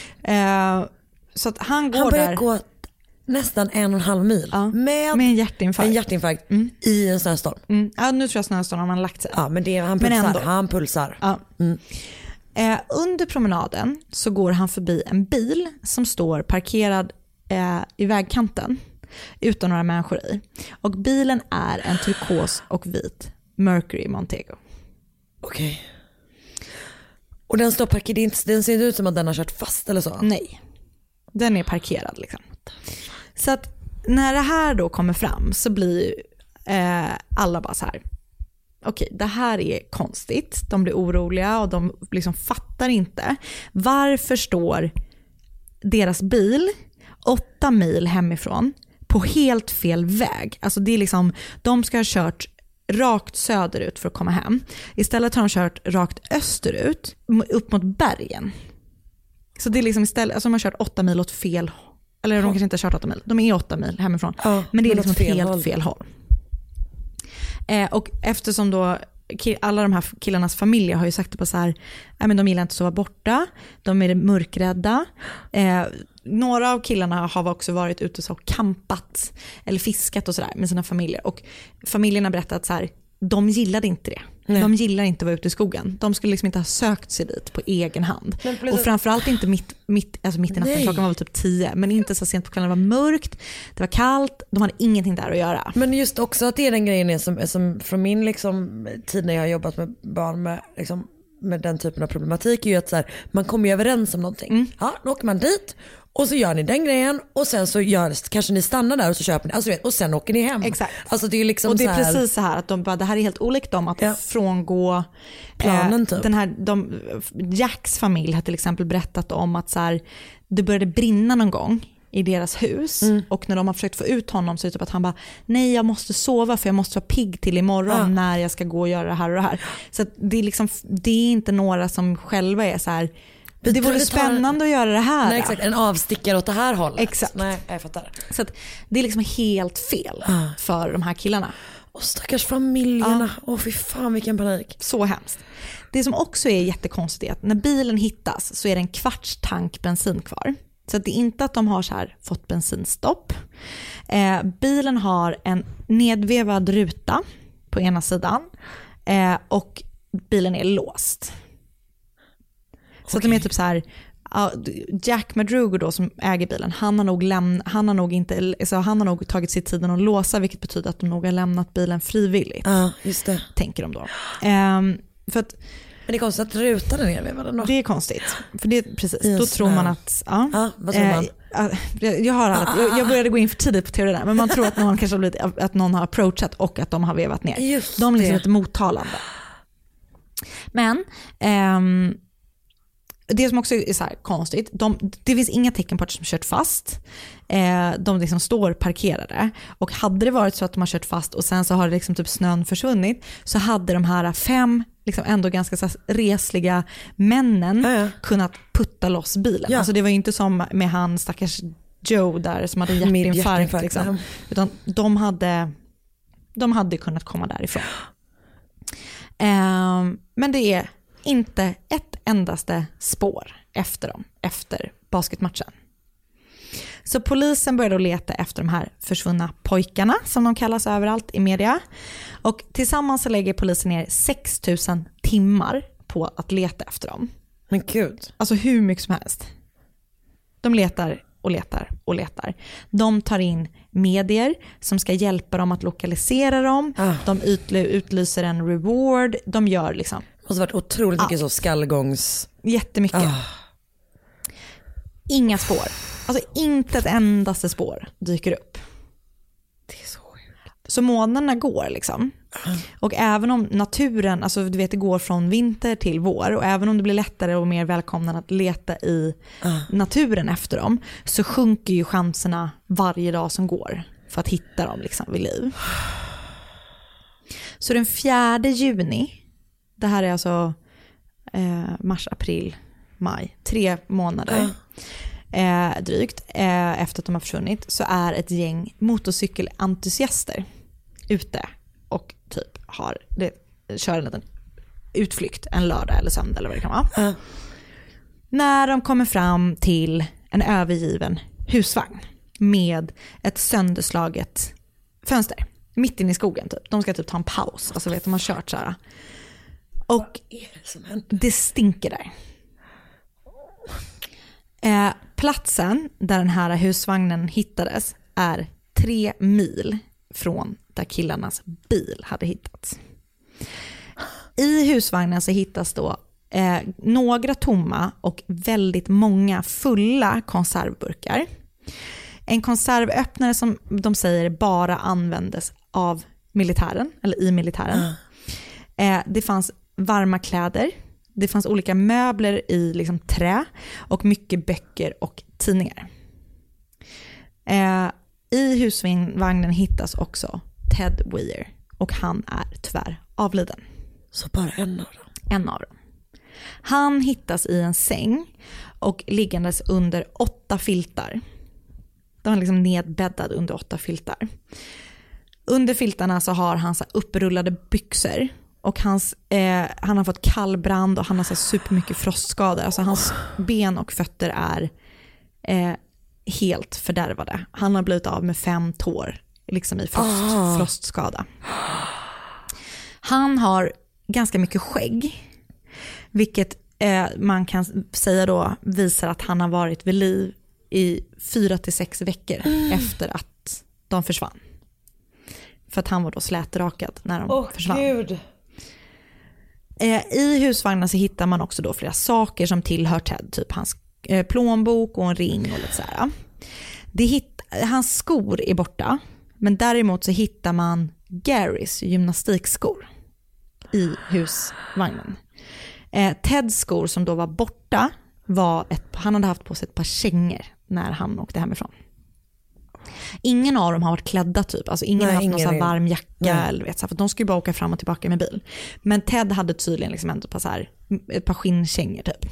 Så att han börjar gå nästan 1,5 mil med en hjärtinfarkt i en snöstorm. Ja, nu tror jag snöstormen har lagt sig. Ja, men han pulsar. Ja. Under promenaden så går han förbi en bil som står parkerad i vägkanten utan några människor i. Och bilen är en turkos och vit Mercury Montego. Okej. Och den står parkerad, den ser ut som att den har kört fast eller så? Nej, den är parkerad liksom. Så att när det här då kommer fram så blir alla bara så här, okej, det här är konstigt. De blir oroliga och de liksom fattar inte. Varför står deras bil 8 mil hemifrån på helt fel väg? Alltså det är liksom, de ska ha kört rakt söderut för att komma hem. Istället har de kört rakt österut upp mot bergen. Så det är liksom istället, alltså de har kört 8 mil åt fel, eller de kanske inte har kört 8 mil. De är 8 mil hemifrån. Men det är liksom helt fel håll. Och eftersom då alla de här killarnas familjer har ju sagt det på så här, men de gillar inte att sova borta, de är mörkrädda. Några av killarna har också varit ute och campat eller fiskat och sådär med sina familjer, och familjerna berättat att så här, de gillade inte det. Nej. De gillar inte att vara ute i skogen. De skulle liksom inte ha sökt sig dit på egen hand. Och framförallt inte mitt i natten. Klockan var väl typ 10. Men inte så sent på kvällen. Det var mörkt, det var kallt. De hade ingenting där att göra. Men just också att det är den grejen som från min liksom, tid när jag har jobbat med barn med, liksom, med den typen av problematik är ju att så här, man kommer ju överens om någonting. Ja, då åker man dit. Och så gör ni den grejen och sen så kanske ni stannar där och så köper ni, alltså, och sen åker ni hem. Exakt. Alltså, det är liksom, och det är så här, precis så här att de bara, det här är helt olikt dem att frångå planen typ. Jacks familj har till exempel berättat om att så här, det började brinna någon gång i deras hus och när de har försökt få ut honom så är det typ att han bara, nej, jag måste sova för jag måste vara pigg till imorgon när jag ska gå och göra det här och det här. Så att det är liksom, det är inte några som själva är så här, det vore spännande att göra det här. Nej, exakt, en avstickare åt det här hållet. Exakt. Nej, jag fattar. Så att det är liksom helt fel för de här killarna. Och stackars familjerna. Fy fan vilken panik. Så hemskt. Det som också är jättekonstigt är att när bilen hittas så är det en 1/4 tank bensin kvar. Så att det är inte att de har så här fått bensinstopp. Bilen har en nedvevad ruta på ena sidan och bilen är låst. Så att de är typ så här, Jack Madruga då som äger bilen, han har nog tagit sig tiden att låsa, vilket betyder att de nog har lämnat bilen frivilligt. Ja, just det. Tänker de då. För att, men det är konstigt att rutan är nere. Det är konstigt. För det precis, då tror man att vad tror man? Jag började gå in för tidigt på teori där, men man tror att någon kanske har blivit, att någon har approachat och att de har vevat ner. Just de är liksom det. lite mottalande. Men det som också är så här konstigt, det finns inga tecken på att de har kört fast. De liksom står parkerade. Och hade det varit så att de har kört fast och sen så har det liksom typ snön försvunnit, så hade de här 5 liksom ändå ganska så resliga männen kunnat putta loss bilen. Alltså det var ju inte som med han stackars Joe där som hade hjärtinfarkt liksom. Utan de hade kunnat komma därifrån. Men det är inte ett endaste spår efter dem, efter basketmatchen. Så polisen började att leta efter de här försvunna pojkarna, som de kallas överallt i media. Och tillsammans så lägger polisen ner 6 000 timmar på att leta efter dem. Men gud. Alltså hur mycket som helst. De letar och letar och letar. De tar in medier som ska hjälpa dem att lokalisera dem. De utlyser en reward. De gör liksom... Det har varit otroligt mycket så skallgångs... Jättemycket. Inga spår. Alltså inte ett endaste spår dyker upp. Det är så sjukt. Så månaderna går liksom. Och även om naturen, alltså du vet, det går från vinter till vår, och även om det blir lättare och mer välkomnande att leta i naturen efter dem, så sjunker ju chanserna varje dag som går för att hitta dem liksom vid liv. Så den 4 juni, det här är alltså mars, april, maj, 3 månader drygt efter att de har försvunnit, så är ett gäng motorcykelentusiaster ute och typ kör en liten utflykt en lördag eller söndag eller vad det kan vara. När de kommer fram till en övergiven husvagn med ett sönderslaget fönster mitt inne i skogen typ. De ska typ ta en paus, alltså vet de har kört så här. Och det stinker där. Platsen där den här husvagnen hittades är 3 mil från där killarnas bil hade hittats. I husvagnen så hittas då några tomma och väldigt många fulla konservburkar. En konservöppnare som de säger bara användes av militären, eller i militären. Det fanns varma kläder. Det fanns olika möbler i liksom trä och mycket böcker och tidningar. I husvagnen hittas också Ted Weir, och han är tyvärr avliden. Så bara en av dem? En av dem. Han hittas i en säng och liggandes under 8 filtar. De är liksom nedbäddad under 8 filtar. Under filtarna så har han så upprullade byxor. Och han har fått kallbrand och han har så supermycket frostskador. Alltså hans ben och fötter är helt fördärvade. Han har blivit av med 5 tår liksom i frostskada. Han har ganska mycket skägg, vilket man kan säga då visar att han har varit vid liv i 4 till 6 veckor efter att de försvann. För att han var då slätrakad när de försvann. Gud. I husvagnen så hittar man också då flera saker som tillhör Ted, typ hans plånbok och en ring och lite så här. Hans skor är borta, men däremot så hittar man Garys gymnastikskor i husvagnen. Teds skor som då var borta han hade haft på sig ett par kängor när han åkte hemifrån. Ingen av dem har varit klädda typ. Alltså ingen har haft någon så varm jacka eller vet, så för de skulle bara åka fram och tillbaka med bil. Men Ted hade tydligen liksom ändå ett par skinnkängor typ.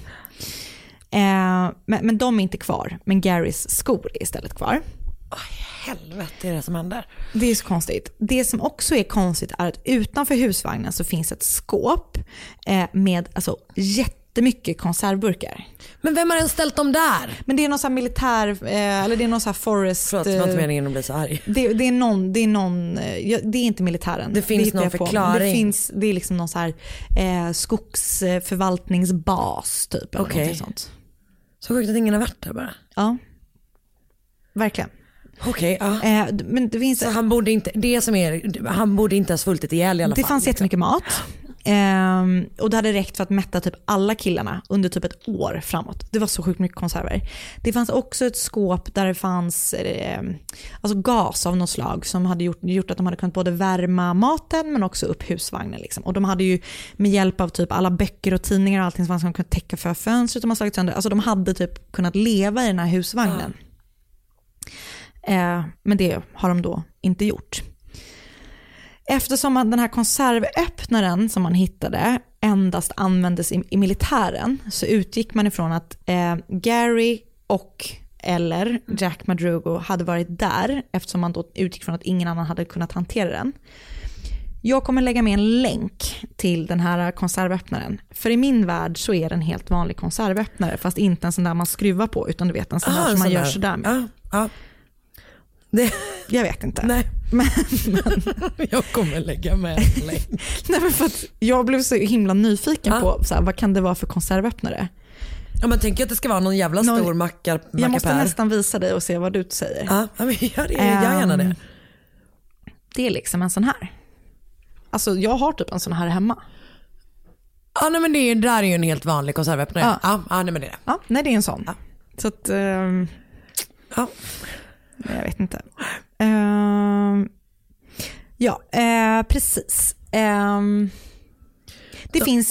Men de är inte kvar. Men Garys skor är istället kvar. Helvete är det som händer. Det är så konstigt. Det som också är konstigt är att utanför husvagnen så finns ett skåp med alltså jättemycket konservburkar. Men vem har ens ställt dem där? Men det är någon sån här militär eller det är någon sån här forest. Förlåt, det var inte meningen att bli så arg. Det är någon det är inte militären. Det finns någon förklaring. Det är liksom någon så här skogsförvaltningsbas typ eller något sånt. Så sjukt att ingen har varit där bara. Ja, verkligen. Okej, ja. Men det finns... Så han borde inte ha svultit ihjäl i alla fall. Det fanns jättemycket mat. Och det hade räckt för att mätta typ alla killarna under typ ett år framåt. Det var så sjukt mycket konserver. Det fanns också ett skåp där det fanns alltså gas av något slag som hade gjort att de hade kunnat både värma maten men också upp husvagnen liksom. Och de hade ju med hjälp av typ alla böcker och tidningar och allting som man kunde täcka för fönstret och man slagit sönder. Alltså de hade typ kunnat leva i den här husvagnen. Men det har de då inte gjort. Eftersom den här konservöppnaren som man hittade endast användes i militären så utgick man ifrån att Gary eller Jack Madruga hade varit där eftersom man då utgick från att ingen annan hade kunnat hantera den. Jag kommer lägga med en länk till den här konservöppnaren. För i min värld så är det en helt vanlig konservöppnare fast inte en sån där man skruvar på utan du vet en sån där som man gör sådär med. Jag vet inte. Nej. Men jag kommer lägga med en länk. Nej, men för att jag blev så himla nyfiken på så här, vad kan det vara för konservöppnare? Ja, man tänker att det ska vara någon jävla stor mackar. Jag måste nästan visa dig och se vad du säger. Ja, men gör det. Jag gärna det. Det är liksom en sån här. Alltså jag har typ en sån här hemma. Ja, nej, men det där är ju en helt vanlig konservöppnare. Ja, nej, men det är det. Ja, nej, det är en sån. Ja. Så att ja. Jag vet inte. Precis. Det finns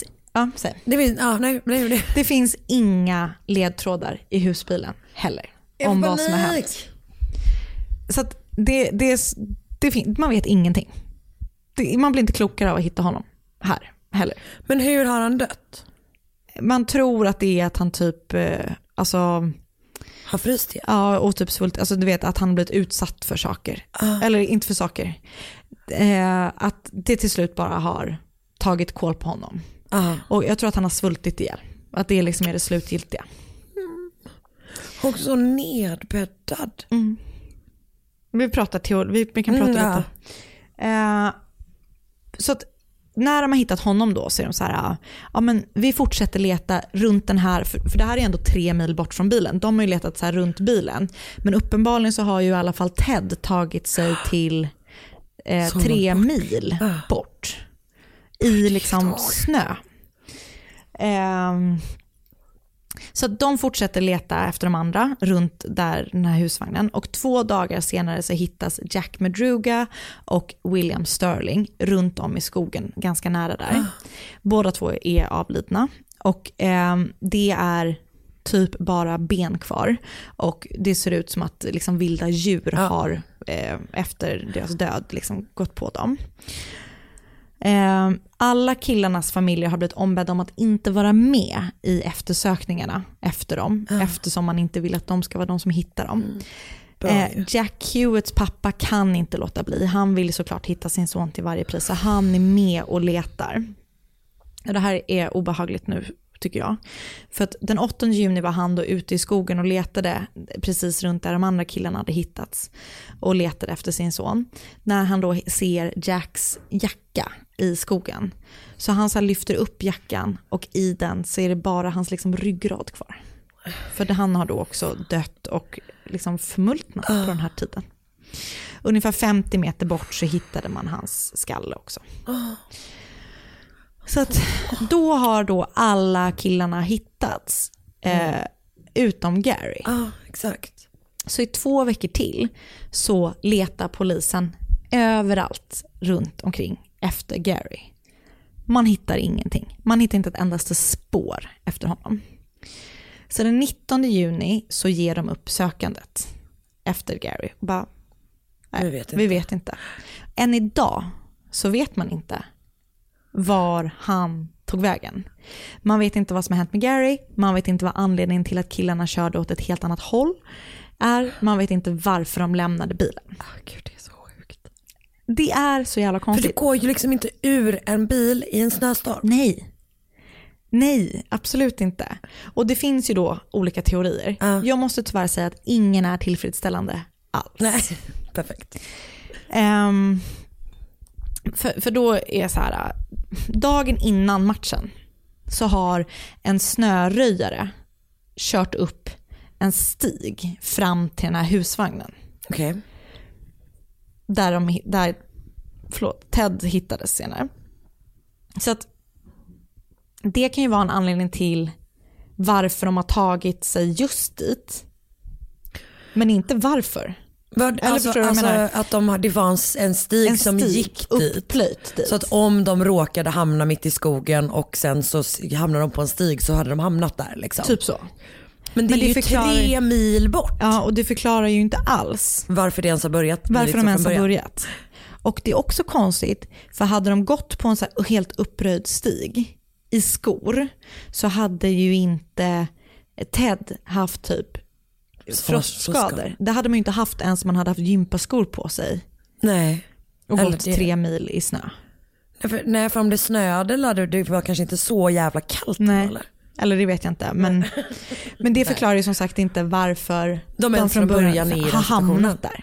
det finns inga ledtrådar i husbilen heller om vad som har hänt. Så att man vet ingenting. Man blir inte klokare av att hitta honom här heller. Men hur har han dött? Man tror att det är att han typ har fryst. Ja, och typ svult. Alltså du vet att han blivit utsatt för saker. Eller inte för saker. Att det till slut bara har tagit koll på honom. Och jag tror att han har svultit ihjäl. Att det liksom är det slutgiltiga. Och så nedbäddad. Vi pratar vi kan prata lite. Så att när de har hittat honom då så är de så här, ja men vi fortsätter leta runt den här, för det här är ändå 3 mil bort från bilen. De har ju letat så här runt bilen. Men uppenbarligen så har ju i alla fall Ted tagit sig till 3 mil bort. I liksom snö. Så de fortsätter leta efter de andra runt där den här husvagnen. Och 2 dagar senare så hittas Jack Madruga och William Sterling runt om i skogen, ganska nära där. Båda 2 är avlidna. Och det är typ bara ben kvar. Och det ser ut som att liksom vilda djur har efter deras död liksom gått på dem. Alla killarnas familjer har blivit ombedda om att inte vara med i eftersökningarna efter dem, eftersom man inte vill att de ska vara de som hittar dem. Jack Hewetts pappa kan inte låta bli. Han vill såklart hitta sin son till varje pris, så han är med och letar. Det här är obehagligt nu tycker jag. För att den 8 juni var han då ute i skogen och letade precis runt där de andra killarna hade hittats. Och letade efter sin son. När han då ser Jacks jacka i skogen. Så han så lyfter upp jackan och i den så är det bara hans liksom ryggrad kvar. För han har då också dött och liksom förmultnat på den här tiden. Ungefär 50 meter bort så hittade man hans skalle också. Så att då har då alla killarna hittats utom Gary. Exakt. Så i 2 veckor till så letar polisen överallt runt omkring efter Gary. Man hittar ingenting. Man hittar inte ett endaste spår efter honom. Så den 19 juni så ger de upp sökandet efter Gary. Bara, nej, vi vet inte. Än idag så vet man inte var han tog vägen. Man vet inte vad som har hänt med Gary. Man vet inte vad anledningen till att killarna körde åt ett helt annat håll är. Man vet inte varför de lämnade bilen. Gud, det är så sjukt. Det är så jävla konstigt. För det går ju liksom inte ur en bil i en snöstorm. Nej, absolut inte. Och det finns ju då olika teorier. Jag måste tyvärr säga att ingen är tillfredsställande alls. Nej, perfekt. För då är så här, dagen innan matchen så har en snöröjare kört upp en stig fram till den här husvagnen. Okej. Där Ted hittades senare. Så att det kan ju vara en anledning till varför de har tagit sig just dit. Men inte varför. Alltså att det var en stig som gick dit. Så att om de råkade hamna mitt i skogen och sen så hamnade de på en stig så hade de hamnat där liksom. Typ så. Men det är ju 3 mil bort. Ja, och det förklarar ju inte alls varför det ens har börjat. Varför de ens har börjat. Och det är också konstigt, för hade de gått på en så här helt uppröjd stig i skor så hade ju inte Ted haft typ frostskador. Det hade man ju inte haft ens om man hade haft gympaskor på sig. Nej. Och gått 3 mil i snö. Nej, för om det snöade eller det var kanske inte så jävla kallt. Nej. Eller det vet jag inte. Men det förklarar ju som sagt inte varför de från början har hamnat där.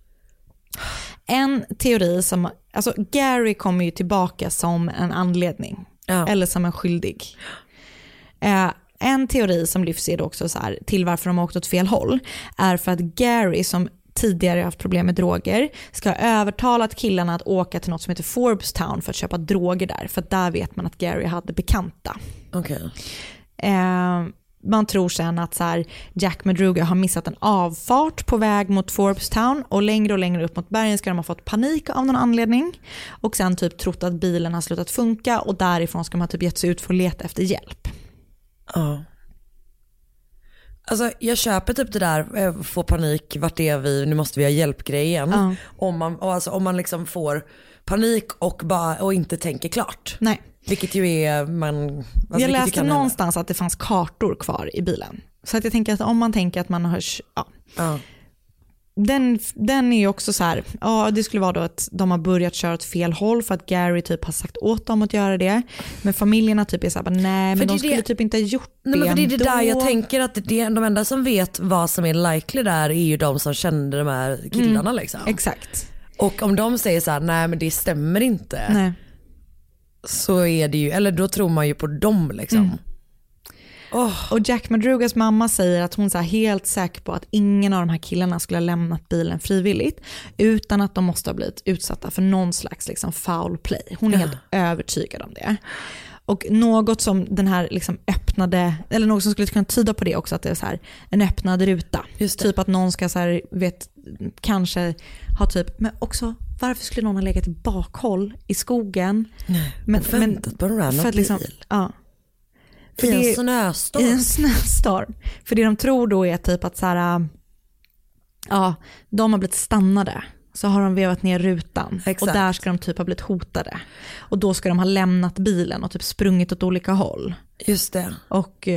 En teori som, alltså Gary kommer ju tillbaka som en anledning. Eller som en skyldig. En teori som lyfts är också så här, till varför de har åkt åt fel håll är för att Gary, som tidigare haft problem med droger, ska ha övertalat killarna att åka till något som heter Forbestown för att köpa droger där. För där vet man att Gary hade bekanta. Okej. Man tror sen att så här, Jack Madruga har missat en avfart på väg mot Forbestown och längre upp mot bergen ska de ha fått panik av någon anledning och sen typ trott att bilen har slutat funka och därifrån ska man typ gett sig ut för att leta efter hjälp. Ja. Alltså jag köper typ det där, få panik, vart är vi, nu måste vi ha hjälpgrejen. Om man liksom får panik och inte tänker klart. Nej. Vilket ju är jag läste någonstans att det fanns kartor kvar i bilen. Så att jag tänker att om man tänker att man har den är ju också så här, det skulle vara då att de har börjat köra åt fel håll för att Gary typ har sagt åt dem att göra det. Men familjerna typ är så här, nej men de skulle typ inte ha gjort det. Nej, men för det är det där jag tänker att de enda som vet vad som är likely där är ju de som kände de här killarna liksom. Exakt. Och om de säger så här, nej men det stämmer inte. Nej. Så är det ju, eller då tror man ju på dem liksom. Och Jack Madrugas mamma säger att hon är helt säker på att ingen av de här killarna skulle ha lämnat bilen frivilligt utan att de måste ha blivit utsatta för någon slags liksom foul play. Hon är helt övertygad om det. Och något som den här liksom öppnade, eller något som skulle kunna tyda på det också, att det är så här en öppnad ruta. Typ att någon ska så här, kanske ha typ, men också varför skulle någon ha legat i bakhåll i skogen? Nej, men väntat på en random liksom, bil. Ja. För I en snöstorm. I en snöstorm. För det de tror då är typ att så här, de har blivit stannade. Så har de vevat ner rutan. Exakt. Och där ska de typ ha blivit hotade. Och då ska de ha lämnat bilen och typ sprungit åt olika håll. Just det. Och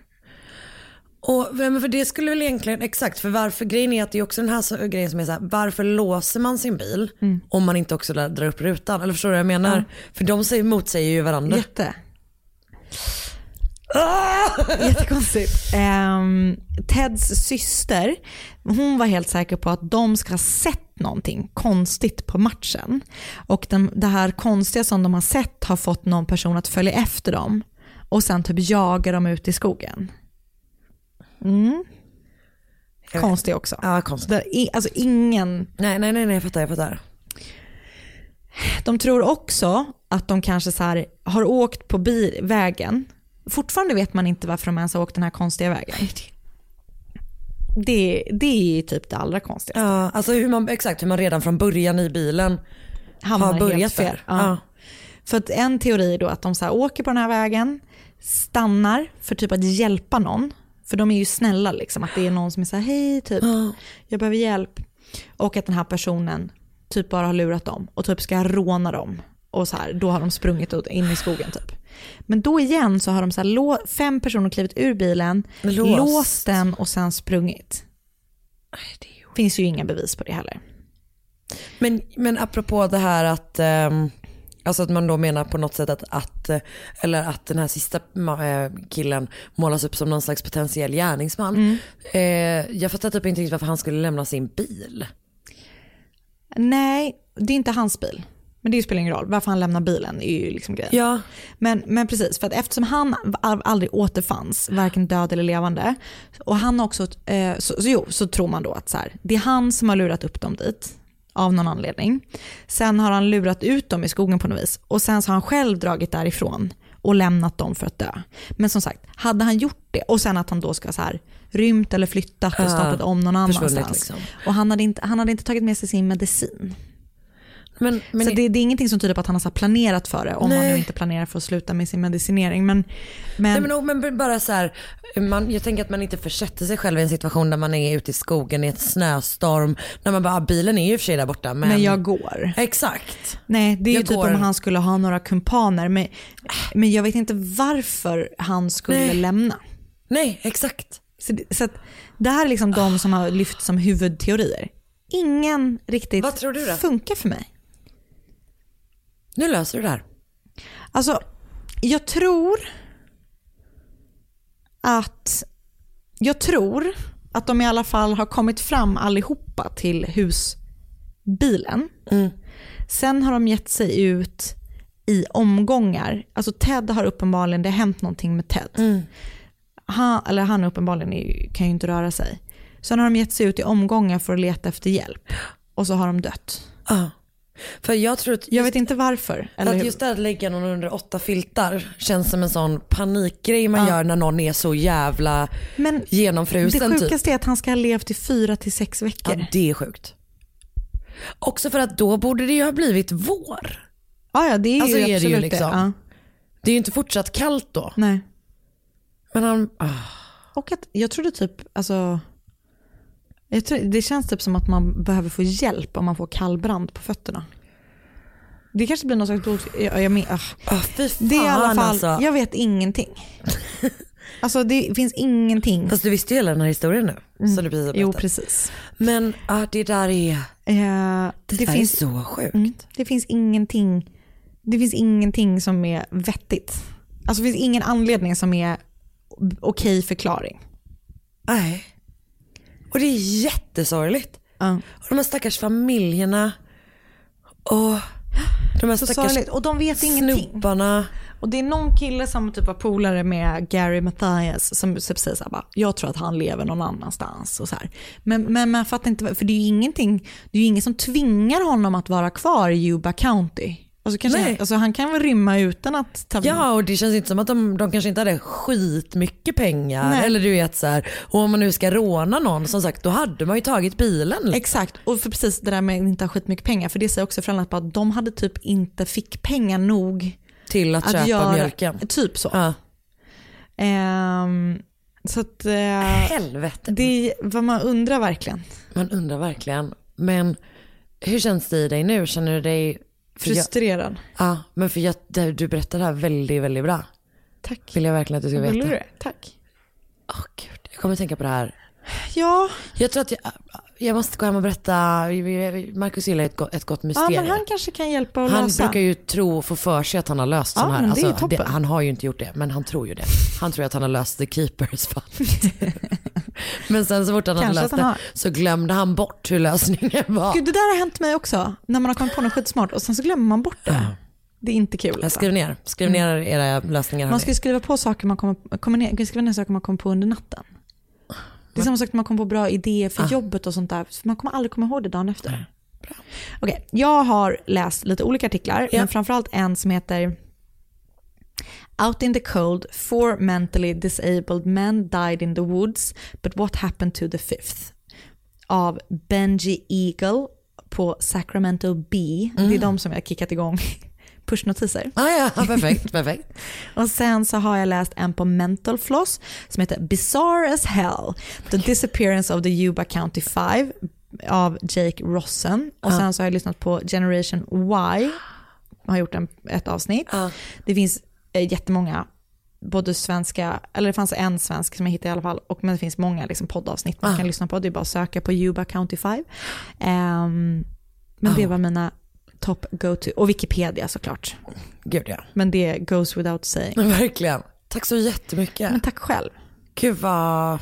för det skulle väl egentligen, exakt, för varför grejen är att det är också den här grejen som är så här, varför låser man sin bil om man inte också drar upp rutan? Eller förstår du vad jag menar? Ja. För de motsäger ju varandra. Jättekonstigt. Teds syster, hon var helt säker på att de ska ha sett någonting konstigt på matchen. Och det här konstiga som de har sett har fått någon person att följa efter dem och sen typ jaga dem ut i skogen. Konstigt också. Ja, konstigt. Alltså ingen... Nej, jag fattar. De tror också att de kanske så här har åkt på vägen. Fortfarande vet man inte varför de ens har åkt den här konstiga vägen. Det är typ det allra konstigaste. Ja, alltså hur man redan från början i bilen har börjat fel. Ja. För att en teori är då att de så här åker på den här vägen, stannar för typ att hjälpa någon. För de är ju snälla liksom, att det är någon som är så här, hej typ, jag behöver hjälp. Och att den här personen typ bara har lurat dem och typ ska råna dem. Och så här, då har de sprungit in i skogen typ. Men då igen så har de så här 5 personer klivit ur bilen, låst den och sen sprungit. Det finns ju inga bevis på det heller. Men apropå det här att alltså att man då menar på något sätt att den här sista killen målas upp som någon slags potentiell gärningsman. Jag fattar typ inte varför han skulle lämna sin bil. Nej, det är inte hans bil. Men det spelar ingen roll. Varför han lämnar bilen är ju liksom grejen. Ja. Men precis, för att eftersom han aldrig återfanns, varken död eller levande, och han också, så tror man då att så här, det är han som har lurat upp dem dit av någon anledning. Sen har han lurat ut dem i skogen på något vis. Och sen så har han själv dragit därifrån och lämnat dem för att dö. Men som sagt, hade han gjort det och sen att han då ska så här rymt eller flyttat och startat om någon annanstans. Liksom. Och han hade inte tagit med sig sin medicin. Men så det är ingenting som tyder på att han har så planerat för det, om han nu inte planerar för att sluta med sin medicinering. Men bara så här, jag tänker att man inte försätter sig själv i en situation där man är ute i skogen i ett snöstorm, när man bara, bilen är ju för sig där borta. Men jag går. Exakt. Nej, det är ju typ om han skulle ha några kumpaner. Men jag vet inte varför han skulle lämna. Nej, exakt. Så att det här är liksom de som har lyft som huvudteorier. Ingen riktigt Vad tror du då? Funkar för mig. Nu löser du det här. Alltså, jag tror att de i alla fall har kommit fram allihopa till husbilen. Sen har de gett sig ut i omgångar. Alltså Ted har uppenbarligen, det har hänt någonting med Ted. Han uppenbarligen kan ju inte röra sig. Sen har de gett sig ut i omgångar för att leta efter hjälp. Och så har de dött. För jag vet inte varför. Eller att just att lägga någon under 8 filtar känns som en sån panikgrej man gör när någon är så jävla genomfrusen. Det sjukaste är att han ska ha levt i 4 till 6 veckor. Ja, det är sjukt. Också för att då borde det ju ha blivit vår. Ja, det är alltså ju är absolut det ju liksom. Det. Det är ju inte fortsatt kallt då. Nej. Men han... Och att jag trodde typ, alltså... det känns typ som att man behöver få hjälp om man får kallbrand på fötterna. Det kanske blir något slags blod... det är i alla fall... Alltså. Jag vet ingenting. Alltså det finns ingenting. Fast du visste ju hela den här historien nu. Så du precis har berättat. Jo, precis. Men det där är... det finns så sjukt. Det finns ingenting... Det finns ingenting som är vettigt. Alltså det finns ingen anledning som är okej förklaring. Nej. Och det är jättesorgligt. Och de här stackars familjerna och de här stackars och de vet snubbarna. Ingenting. Och det är någon kille som typ var polare med Gary Mathias som typ säger så här, bara, jag tror att han lever någon annanstans och så här. Men man fattar inte, för det är ju ingenting, det är ju ingen som tvingar honom att vara kvar i Yuba County. Alltså han kan väl rymma utan att ta... Ja, och det känns inte som att de kanske inte hade skitmycket pengar. Nej. Eller du vet så här, och om man nu ska råna någon, som sagt, då hade man ju tagit bilen. Exakt, och för precis det där med att inte ha skitmycket pengar, för det säger också föräldrarna att de hade typ inte fick pengar nog till att köpa mjölken. Typ så. Ja. Så att... helvete. Det vad man undrar verkligen. Man undrar verkligen. Men hur känns det i dig nu? Känner du dig... frustrerad? Ja, men för du berättar det här väldigt, väldigt bra. Tack. Vill jag verkligen att du ska veta. Det? Tack. Gud, jag kommer att tänka på det här. Ja. Jag tror att jag måste gå hem och berätta. Marcus gillar ett gott mysterium. Ja, men han kanske kan hjälpa att lösa. Han brukar ju tro och få för sig att han har löst sån här. Alltså, han har ju inte gjort det, men han tror ju det. Han tror att han har löst The Keepers fall. Men sen så fort han hade löst det så glömde han bort hur lösningen var. Gud, det där har hänt mig också. När man har kommit på något skitsmart och sen så glömmer man bort det. Det är inte kul. Skriv ner era lösningar. Man ska skriva på saker man skriva ner saker man kommer på under natten. Det är samma sak när man kommer på bra idéer för jobbet och sånt där. Man kommer aldrig komma ihåg det dagen efter. Okej, jag har läst lite olika artiklar, men framförallt en som heter Out in the cold, 4 mentally disabled men died in the woods, but what happened to the 5th? Av Benji Eagle på Sacramento Bee. Det är de som jag har kickat igång pushnotiser. Ja, perfekt. Och sen så har jag läst en på Mental Floss som heter Bizarre as Hell, The Disappearance of the Yuba County 5 av Jake Rossen. Och sen så har jag lyssnat på Generation Y, har gjort ett avsnitt. Det finns jättemånga, både svenska, eller det fanns en svensk som jag hittade i alla fall, men det finns många liksom poddavsnitt man kan lyssna på. Det är bara att söka på Yuba County 5. Men det var mina top go-to. Och Wikipedia såklart. Gud ja. Men det goes without saying. Verkligen. Tack så jättemycket. Men tack själv. Gud vad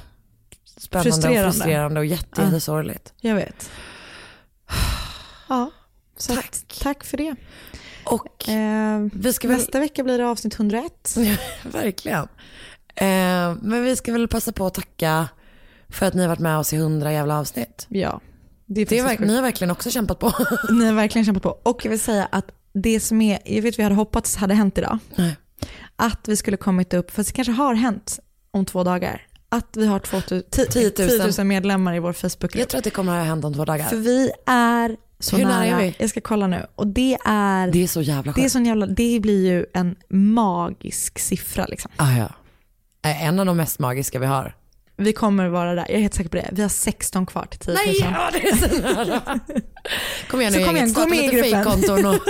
spännande och frustrerande och jättesorgligt. Jag vet. Ja. Så tack för det. Och nästa vecka blir det avsnitt 101. Verkligen. Men vi ska väl passa på att tacka för att ni har varit med oss i 100 jävla avsnitt. Ja. Ni har verkligen också kämpat på. Ni har verkligen kämpat på. Och jag vill säga att det som är, jag vet vi hade hoppats hade hänt idag. Nej. Att vi skulle kommit upp, fast det kanske har hänt om 2 dagar. Att vi har 10 000 medlemmar i vår Facebookgrupp. Jag tror att det kommer att hända om 2 dagar. För vi är så Hur nära. är vi? Jag ska kolla nu. Och det är så jävla skönt. Det blir ju en magisk siffra liksom. Ja. En av de mest magiska vi har. Vi kommer vara där. Jag är helt säker på det. Vi har 16 kvar till 10 000. Nej, ja, det är så nära. Kom igen nu, gå med i gruppen.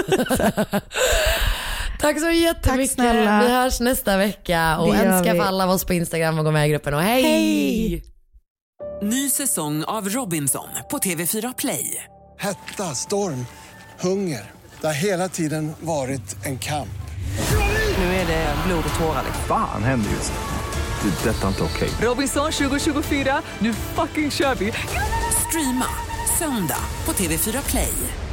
Tack så jättemycket. Tack snälla. Vi hörs nästa vecka. Och önska för alla av oss på Instagram och gå med i gruppen. Och hej! Ny säsong av Robinson på TV4 Play. Hetta, storm, hunger. Det har hela tiden varit en kamp. Nu är det blod och tårar. Fan händer just det. Det är detta inte okej. Robinson 2024, nu fucking kör vi. Streama söndag på TV4 Play.